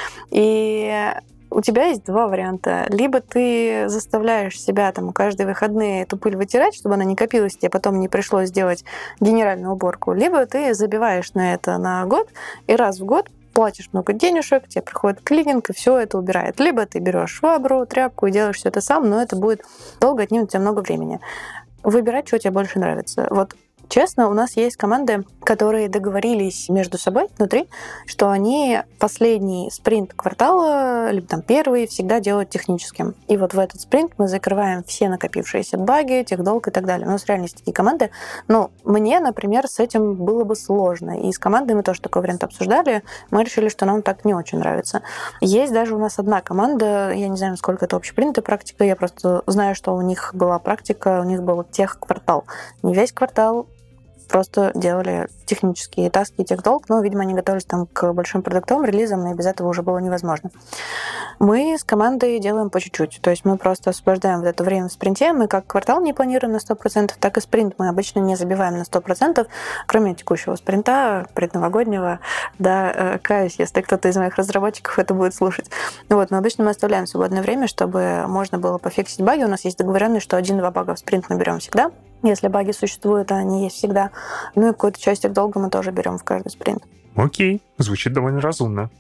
S3: И у тебя есть два варианта. Либо ты заставляешь себя там каждые выходные эту пыль вытирать, чтобы она не копилась, тебе потом не пришлось делать генеральную уборку, либо ты забиваешь на это на год, и раз в год платишь много денежек, тебе приходит клининг, и все это убирает. Либо ты берешь швабру, тряпку и делаешь все это сам, но это будет долго, отнимет у тебя много времени. Выбирать, что тебе больше нравится. Вот честно, у нас есть команды, которые договорились между собой внутри, что они последний спринт квартала, либо там первый, всегда делают техническим. И вот в этот спринт мы закрываем все накопившиеся баги, техдолг и так далее. У нас реально есть такие команды. Но мне, например, с этим было бы сложно. И с командой мы тоже такой вариант обсуждали. Мы решили, что нам так не очень нравится. Есть даже у нас одна команда, я не знаю, насколько это общепринятая практика, я просто знаю, что у них была практика, у них был техквартал. Не весь квартал, просто делали технические таски и техдолг, но, видимо, они готовились там к большим продуктовым релизам, и без этого уже было невозможно. Мы с командой делаем по чуть-чуть, то есть мы просто освобождаем вот это время в спринте, мы как квартал не планируем на сто процентов, так и спринт мы обычно не забиваем на сто процентов, кроме текущего спринта, предновогоднего, да, каюсь, если кто-то из моих разработчиков это будет слушать. Вот, но обычно мы оставляем свободное время, чтобы можно было пофиксить баги, у нас есть договоренность, что один-два бага в спринт мы берем всегда, если баги существуют, а они есть всегда. Ну и какую-то часть их долга мы тоже берем в каждый спринт.
S1: Окей, звучит довольно разумно.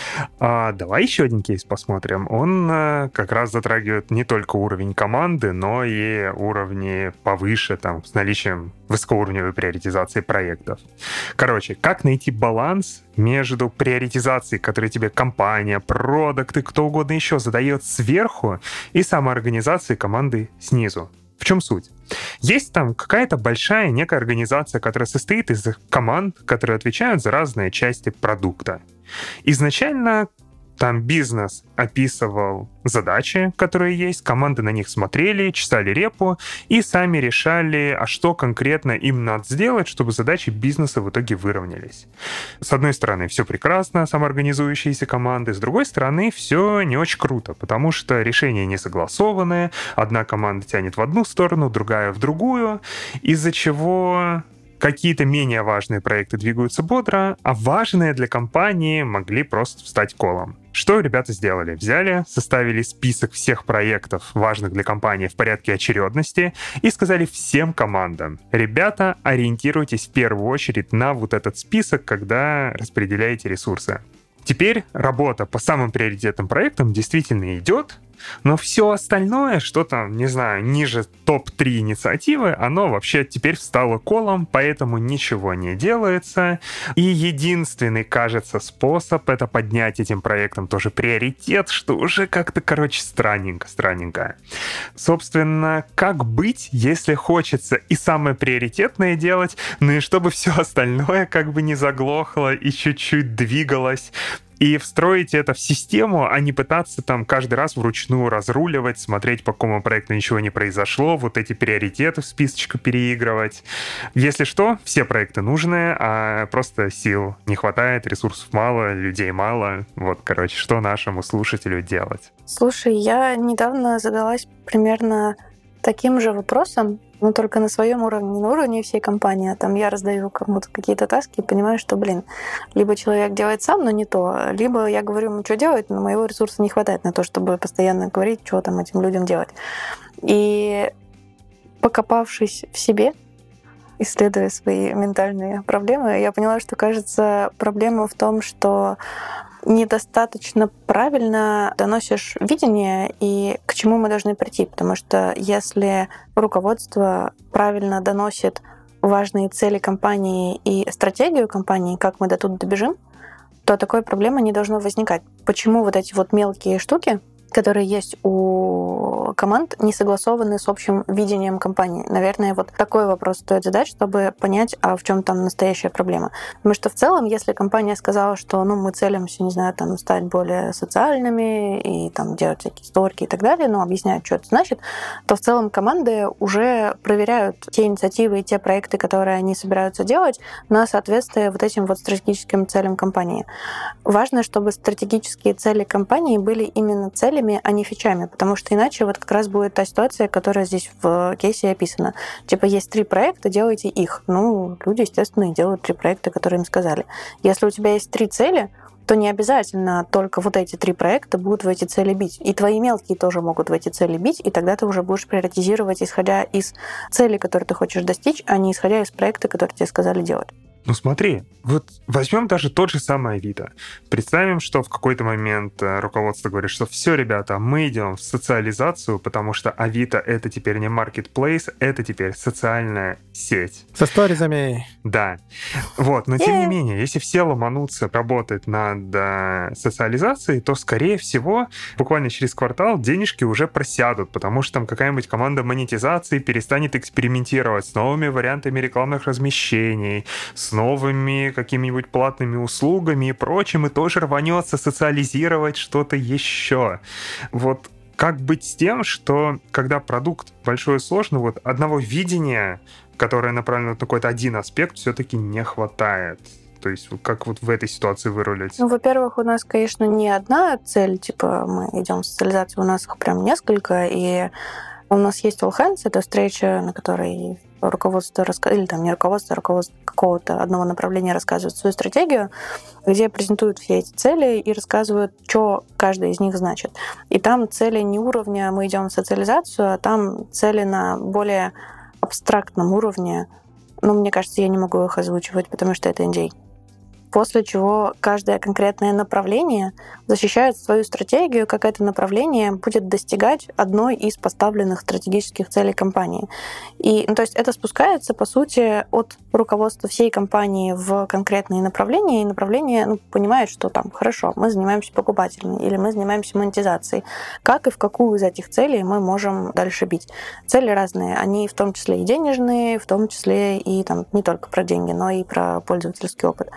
S1: А, давай еще один кейс посмотрим. Он а, как раз затрагивает не только уровень команды, но и уровни повыше, там, с наличием высокоуровневой приоритизации проектов. Короче, как найти баланс между приоритизацией, которую тебе компания, продукты, кто угодно еще задает сверху, и самоорганизацией команды снизу? В чем суть? Есть там какая-то большая некая организация, которая состоит из команд, которые отвечают за разные части продукта. Изначально там бизнес описывал задачи, которые есть, команды на них смотрели, читали репу и сами решали, а что конкретно им надо сделать, чтобы задачи бизнеса в итоге выровнялись. С одной стороны, все прекрасно, самоорганизующиеся команды, с другой стороны, все не очень круто, потому что решения не согласованные, одна команда тянет в одну сторону, другая в другую, из-за чего какие-то менее важные проекты двигаются бодро, а важные для компании могли просто встать колом. Что ребята сделали? Взяли, составили список всех проектов, важных для компании, в порядке очередности, и сказали всем командам: ребята, ориентируйтесь в первую очередь на вот этот список, когда распределяете ресурсы. Теперь работа по самым приоритетным проектам действительно идет, но все остальное, что там, не знаю, ниже топ три инициативы, оно вообще теперь встало колом, поэтому ничего не делается. И единственный, кажется, способ — это поднять этим проектам тоже приоритет, что уже как-то, короче, странненько, странненько. Собственно, как быть, если хочется и самое приоритетное делать, ну и чтобы все остальное как бы не заглохло и чуть-чуть двигалось, и встроить это в систему, а не пытаться там каждый раз вручную разруливать, смотреть, по какому проекту ничего не произошло, вот эти приоритеты в списочку переигрывать. Если что, все проекты нужны, а просто сил не хватает, ресурсов мало, людей мало. Вот, короче, что нашему слушателю делать?
S3: Слушай, я недавно задалась примерно таким же вопросом, но только на своем уровне, не на уровне всей компании, а там я раздаю кому-то какие-то таски и понимаю, что, блин, либо человек делает сам, но не то, либо я говорю ему, что делать, но моего ресурса не хватает на то, чтобы постоянно говорить, что там этим людям делать. И покопавшись в себе, исследуя свои ментальные проблемы, я поняла, что, кажется, проблема в том, что недостаточно правильно доносишь видение и к чему мы должны прийти. Потому что если руководство правильно доносит важные цели компании и стратегию компании, как мы до туда добежим, то такой проблемы не должно возникать. Почему вот эти вот мелкие штуки, которые есть у команд, не согласованы с общим видением компании? Наверное, вот такой вопрос стоит задать, чтобы понять, а в чем там настоящая проблема. Потому что в целом, если компания сказала, что ну, мы целимся, не знаю, там, стать более социальными и там, делать всякие сторки и так далее, но объясняют, что это значит, то в целом команды уже проверяют те инициативы и те проекты, которые они собираются делать, на соответствие вот этим вот стратегическим целям компании. Важно, чтобы стратегические цели компании были именно цели, а не фичами, потому что иначе вот как раз будет та ситуация, которая здесь в кейсе описана. Типа есть три проекта, делайте их. Ну, люди, естественно, и делают три проекта, которые им сказали. Если у тебя есть три цели, то не обязательно только вот эти три проекта будут в эти цели бить. И твои мелкие тоже могут в эти цели бить, и тогда ты уже будешь приоритизировать, исходя из цели, которые ты хочешь достичь, а не исходя из проекта, который тебе сказали делать.
S1: Ну смотри, вот возьмем даже тот же самый Авито. Представим, что в какой-то момент руководство говорит, что все, ребята, мы идем в социализацию, потому что Авито — это теперь не marketplace, это теперь социальная сеть.
S2: Со сторизами.
S1: Да. Вот, но тем не менее, если все ломанутся работать над э, социализацией, то, скорее всего, буквально через квартал денежки уже просядут, потому что там какая-нибудь команда монетизации перестанет экспериментировать с новыми вариантами рекламных размещений, с новыми какими-нибудь платными услугами и прочим, и тоже рванется социализировать что-то еще. Вот как быть с тем, что когда продукт большой и сложный, вот одного видения, которое направлено на какой-то один аспект, все-таки не хватает? То есть как вот в этой ситуации вырулить?
S3: Ну, во-первых, у нас, конечно, не одна цель, типа мы идем в социализацию, у нас их прям несколько, и у нас есть All Hands, это встреча, на которой руководство рассказывает, или там не руководство, а руководство какого-то одного направления рассказывает свою стратегию, где презентуют все эти цели и рассказывают, что каждая из них значит. И там цели не уровня «мы идем в социализацию», а там цели на более абстрактном уровне. Но мне кажется, я не могу их озвучивать, потому что это эн ди эй. После чего каждое конкретное направление защищает свою стратегию, как это направление будет достигать одной из поставленных стратегических целей компании. И, ну, то есть это спускается, по сути, от руководства всей компании в конкретные направления, и направление ну, понимает, что там, хорошо, мы занимаемся покупателями или мы занимаемся монетизацией. Как и в какую из этих целей мы можем дальше бить? Цели разные, они в том числе и денежные, в том числе и там, не только про деньги, но и про пользовательский опыт.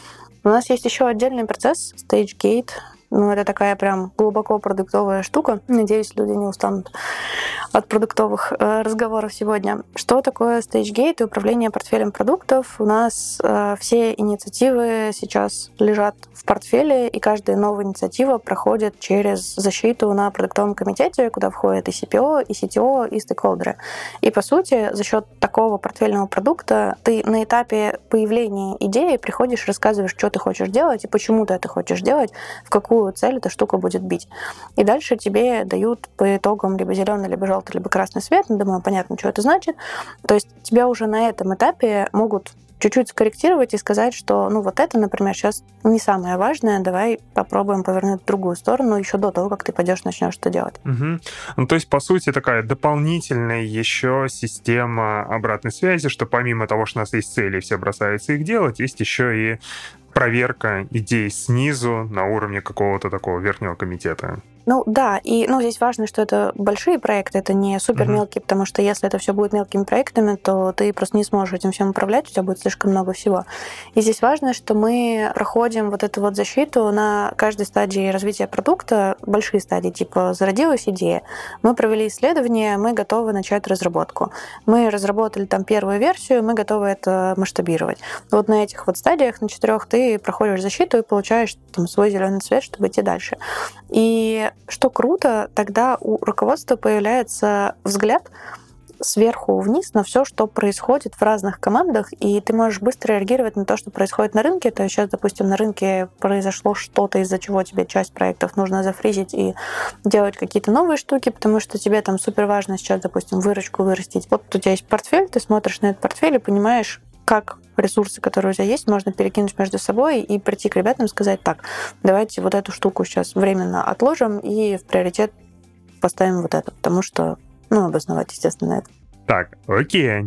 S3: У нас есть еще отдельный процесс, StageGate. Ну, это такая прям глубоко продуктовая штука. Надеюсь, люди не устанут от продуктовых э, разговоров сегодня. Что такое StageGate и управление портфелем продуктов? У нас э, все инициативы сейчас лежат в портфеле, и каждая новая инициатива проходит через защиту на продуктовом комитете, куда входят и си пи о, и си ти о, и стейкхолдеры. И, по сути, за счет такого портфельного продукта ты на этапе появления идеи приходишь, рассказываешь, что ты хочешь делать и почему ты это хочешь делать, в какую цель эта штука будет бить. И дальше тебе дают по итогам либо зеленый, либо желтый, либо красный свет. Ну, думаю, понятно, что это значит. То есть тебя уже на этом этапе могут чуть-чуть скорректировать и сказать, что ну вот это, например, сейчас не самое важное, давай попробуем повернуть в другую сторону еще до того, как ты пойдешь начнешь это делать.
S1: Угу. Ну, то есть, по сути, такая дополнительная еще система обратной связи, что помимо того, что у нас есть цели, все бросаются их делать, есть еще и проверка идей снизу на уровне какого-то такого верхнего комитета.
S3: Ну да, и ну, здесь важно, что это большие проекты, это не супер мелкие, uh-huh. потому что если это все будет мелкими проектами, то ты просто не сможешь этим всем управлять, у тебя будет слишком много всего. И здесь важно, что мы проходим вот эту вот защиту на каждой стадии развития продукта, большие стадии, типа зародилась идея, мы провели исследование, мы готовы начать разработку. Мы разработали там первую версию, мы готовы это масштабировать. Вот на этих вот стадиях, на четырех, ты проходишь защиту и получаешь там свой зеленый цвет, чтобы идти дальше. И что круто, тогда у руководства появляется взгляд сверху вниз на все, что происходит в разных командах, и ты можешь быстро реагировать на то, что происходит на рынке. То есть сейчас, допустим, на рынке произошло что-то, из-за чего тебе часть проектов нужно зафризить и делать какие-то новые штуки, потому что тебе там супер важно сейчас, допустим, выручку вырастить. Вот у тебя есть портфель, ты смотришь на этот портфель и понимаешь, как ресурсы, которые у тебя есть, можно перекинуть между собой и прийти к ребятам и сказать: так, давайте вот эту штуку сейчас временно отложим и в приоритет поставим вот это, потому что, ну, обосновать, естественно, это.
S1: Так, окей.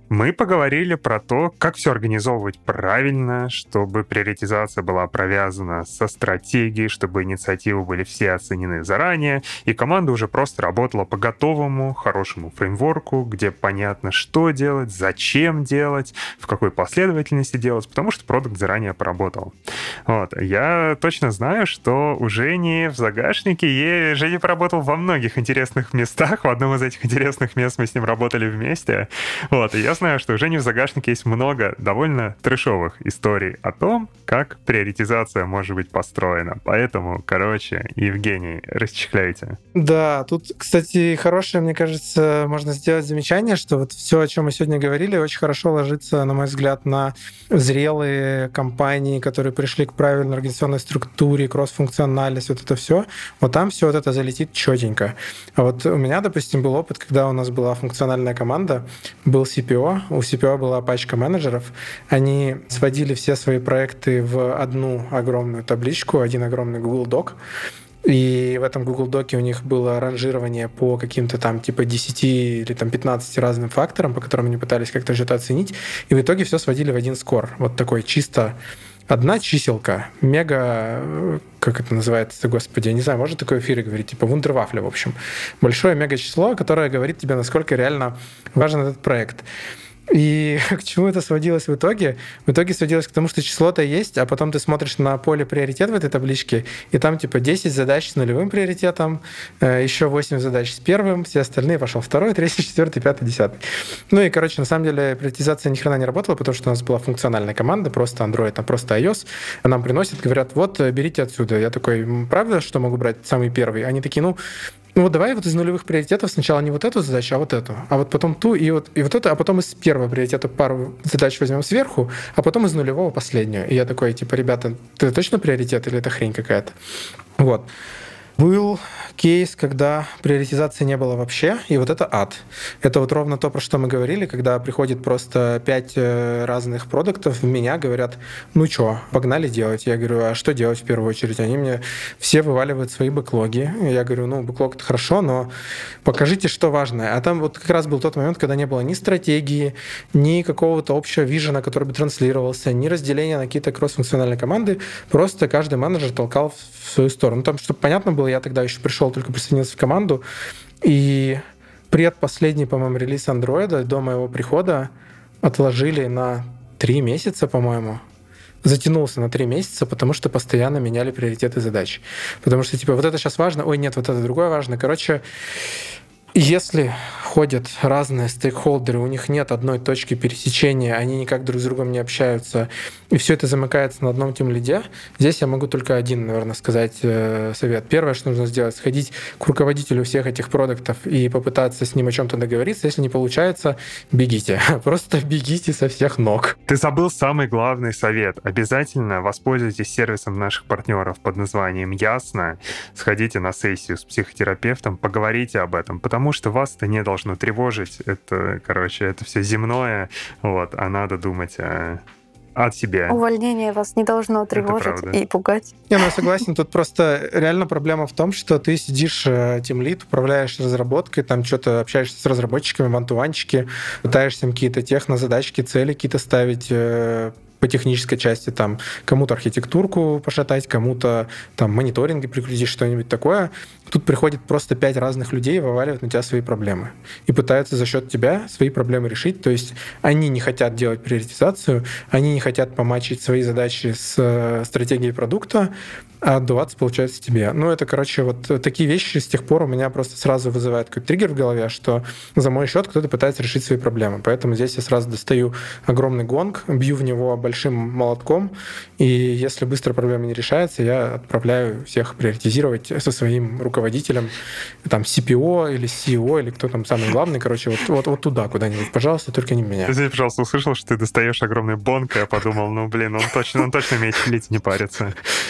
S1: Мы поговорили про то, как все организовывать правильно, чтобы приоритизация была провязана со стратегией, чтобы инициативы были все оценены заранее, и команда уже просто работала по готовому, хорошему фреймворку, где понятно, что делать, зачем делать, в какой последовательности делать, потому что продукт заранее поработал. Вот. Я точно знаю, что у Жени в загашнике, и Женя поработал во многих интересных местах. В одном из этих интересных мест мы с ним работали вместе. Вот. И я знаю, что у Жени в загашнике есть много довольно трэшовых историй о том, как приоритизация может быть построена. Поэтому, короче, Евгений, расчехляйте.
S2: Да, тут, кстати, хорошее, мне кажется, можно сделать замечание, что вот все, о чем мы сегодня говорили, очень хорошо ложится, на мой взгляд, на зрелые компании, которые пришли к правильной организационной структуре, кросс-функциональность, вот это все. Вот там все вот это залетит четенько. А вот у меня, допустим, был опыт, когда у нас была функциональная команда, был си пи о, у си пи о была пачка менеджеров, они сводили все свои проекты в одну огромную табличку, один огромный Google Doc, и в этом Google Доке у них было ранжирование по каким-то там типа десяти или там пятнадцати разным факторам, по которым они пытались как-то что-то оценить, и в итоге все сводили в один скор. Вот такой чисто одна чиселка, мега, как это называется, господи, я не знаю, можно такое в эфире говорить, типа вундервафля, в общем. Большое мега-число, которое говорит тебе, насколько реально важен этот проект. И к чему это сводилось в итоге? В итоге сводилось к тому, что число-то есть, а потом ты смотришь на поле приоритет в этой табличке, и там типа десять задач с нулевым приоритетом, еще восемь задач с первым, все остальные пошел второй, третий, четвертый, пятый, десятый. Ну и, короче, на самом деле приоритизация ни хрена не работала, потому что у нас была функциональная команда, просто Android, там просто iOS. Нам приносят, говорят, вот, берите отсюда. Я такой, правда, что могу брать самый первый? Они такие, ну, Ну вот давай вот из нулевых приоритетов сначала не вот эту задачу, а вот эту, а вот потом ту и вот, и вот эту, а потом из первого приоритета пару задач возьмем сверху, а потом из нулевого последнюю. И я такой, типа, ребята, это точно приоритет или это хрень какая-то? Вот. Был кейс, когда приоритизации не было вообще, и вот это ад. Это вот ровно то, про что мы говорили, когда приходит просто пять разных продуктов, в меня говорят, ну чё, погнали делать. Я говорю, а что делать в первую очередь? Они мне все вываливают свои бэклоги. Я говорю, ну, бэклог — это хорошо, но покажите, что важное. А там вот как раз был тот момент, когда не было ни стратегии, ни какого-то общего вижена, который бы транслировался, ни разделения на какие-то кросс-функциональные команды. Просто каждый менеджер толкал в свою сторону. Там, чтобы понятно было, я тогда еще пришел, только присоединился в команду, и предпоследний, по-моему, релиз Android до моего прихода отложили на три месяца, по-моему. Затянулся на три месяца, потому что постоянно меняли приоритеты задач. Потому что, типа, вот это сейчас важно, ой, нет, вот это другое важно. Короче, если ходят разные стейкхолдеры, у них нет одной точки пересечения, они никак друг с другом не общаются, и все это замыкается на одном тимлиде, здесь я могу только один, наверное, сказать э, совет. Первое, что нужно сделать, сходить к руководителю всех этих продуктов и попытаться с ним о чем-то договориться. Если не получается, бегите. Просто бегите со всех ног.
S1: Ты забыл самый главный совет. Обязательно воспользуйтесь сервисом наших партнеров под названием «Ясно». Сходите на сессию с психотерапевтом, поговорите об этом, потому что вас это не должно тревожить. Это, короче, это все земное, вот, а надо думать о... от себя.
S3: Увольнение вас не должно тревожить и пугать.
S2: Не, ну я согласен, тут просто реально проблема в том, что ты сидишь тимлид, управляешь разработкой, там что-то общаешься с разработчиками, вантуванчики, пытаешься им какие-то технозадачки, цели какие-то ставить по технической части, там, кому-то архитектурку пошатать, кому-то там мониторинги прикрутить, что-нибудь такое. Тут приходит просто пять разных людей и вываливают на тебя свои проблемы. И пытаются за счет тебя свои проблемы решить. То есть они не хотят делать приоритизацию, они не хотят помачить свои задачи с стратегией продукта, а отдуваться, получается, тебе. Ну, это, короче, вот такие вещи с тех пор у меня просто сразу вызывают какой-то триггер в голове, что за мой счет кто-то пытается решить свои проблемы. Поэтому здесь я сразу достаю огромный гонг, бью в него большим молотком, и если быстро проблема не решается, я отправляю всех приоритизировать со своим руководителем, там, си пи о или си и о, или кто там самый главный, короче, вот, вот, вот туда куда-нибудь, пожалуйста, только не меня.
S1: Извини, пожалуйста, услышал, что ты достаешь огромный бонг, и я подумал, ну, блин, он точно, он точно умеет чилить, не париться.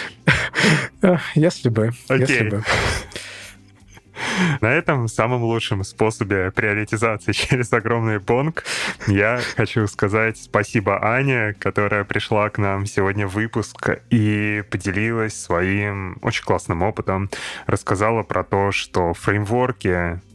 S2: Если бы, okay. если бы.
S1: На этом самом лучшем способе приоритизации через огромный бонг я хочу сказать спасибо Ане, которая пришла к нам сегодня в выпуск и поделилась своим очень классным опытом, рассказала про то, что фреймворки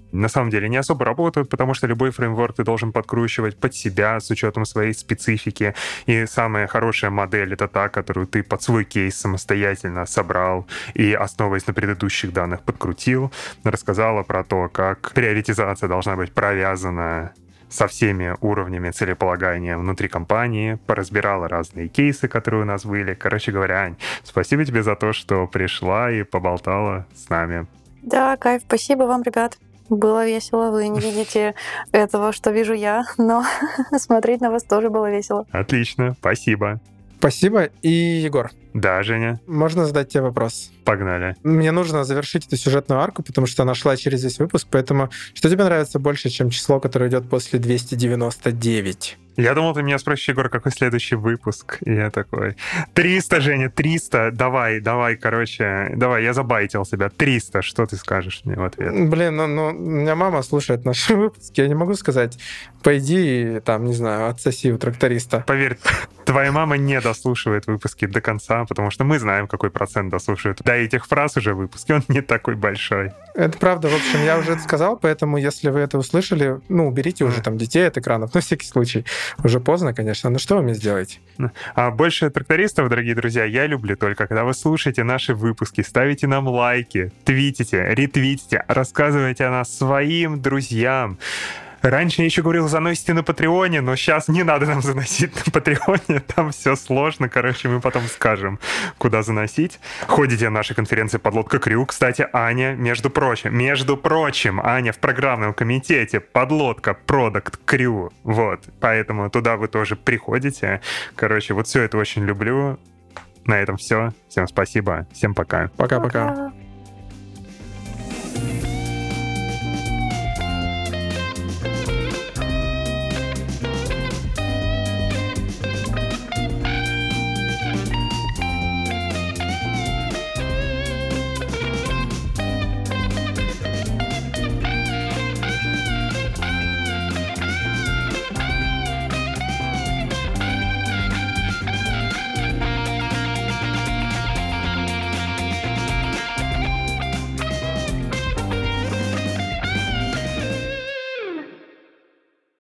S1: на самом деле не особо работают, потому что любой фреймворк ты должен подкручивать под себя с учетом своей специфики. И самая хорошая модель — это та, которую ты под свой кейс самостоятельно собрал и, основываясь на предыдущих данных, подкрутил. Рассказала про то, как приоритизация должна быть провязана со всеми уровнями целеполагания внутри компании, поразбирала разные кейсы, которые у нас были. Короче говоря, Ань, спасибо тебе за то, что пришла и поболтала с нами.
S3: Да, кайф. Спасибо вам, ребят. Было весело. Вы не видите этого, что вижу я, но смотреть на вас тоже было весело.
S1: Отлично, спасибо.
S2: Спасибо. И, Егор.
S1: Да, Женя.
S2: Можно задать тебе вопрос?
S1: Погнали.
S2: Мне нужно завершить эту сюжетную арку, потому что она шла через весь выпуск, поэтому что тебе нравится больше, чем число, которое идет после двести девяносто девять?
S1: Я думал, ты меня спросишь, Егор, какой следующий выпуск? И я такой, триста, Женя, триста, давай, давай, короче, давай, я забайтил себя, триста, что ты скажешь мне в ответ?
S2: Блин, ну, ну у меня мама слушает наши выпуски, я не могу сказать, пойди, там, не знаю, отсоси у тракториста.
S1: Поверь, твоя мама не дослушивает выпуски до конца, потому что мы знаем, какой процент дослушивает. До этих фраз уже выпуски, он не такой большой.
S2: Это правда, в общем, я уже это сказал, поэтому если вы это услышали, ну, уберите уже там детей от экранов, на всякий случай. Уже поздно, конечно, но что вы мне сделаете?
S1: А больше трактористов, дорогие друзья, я люблю только, когда вы слушаете наши выпуски, ставите нам лайки, твитите, ретвитите, рассказывайте о нас своим друзьям. Раньше я еще говорил, заносите на Патреоне, но сейчас не надо нам заносить на Патреоне, там все сложно, короче, мы потом скажем, куда заносить. Ходите на наши конференции «Подлодка Крю». Кстати, Аня, между прочим, между прочим, Аня в программном комитете «Подлодка Продакт Крю». Вот, поэтому туда вы тоже приходите. Короче, вот все это очень люблю. На этом все. Всем спасибо. Всем пока.
S2: Пока-пока.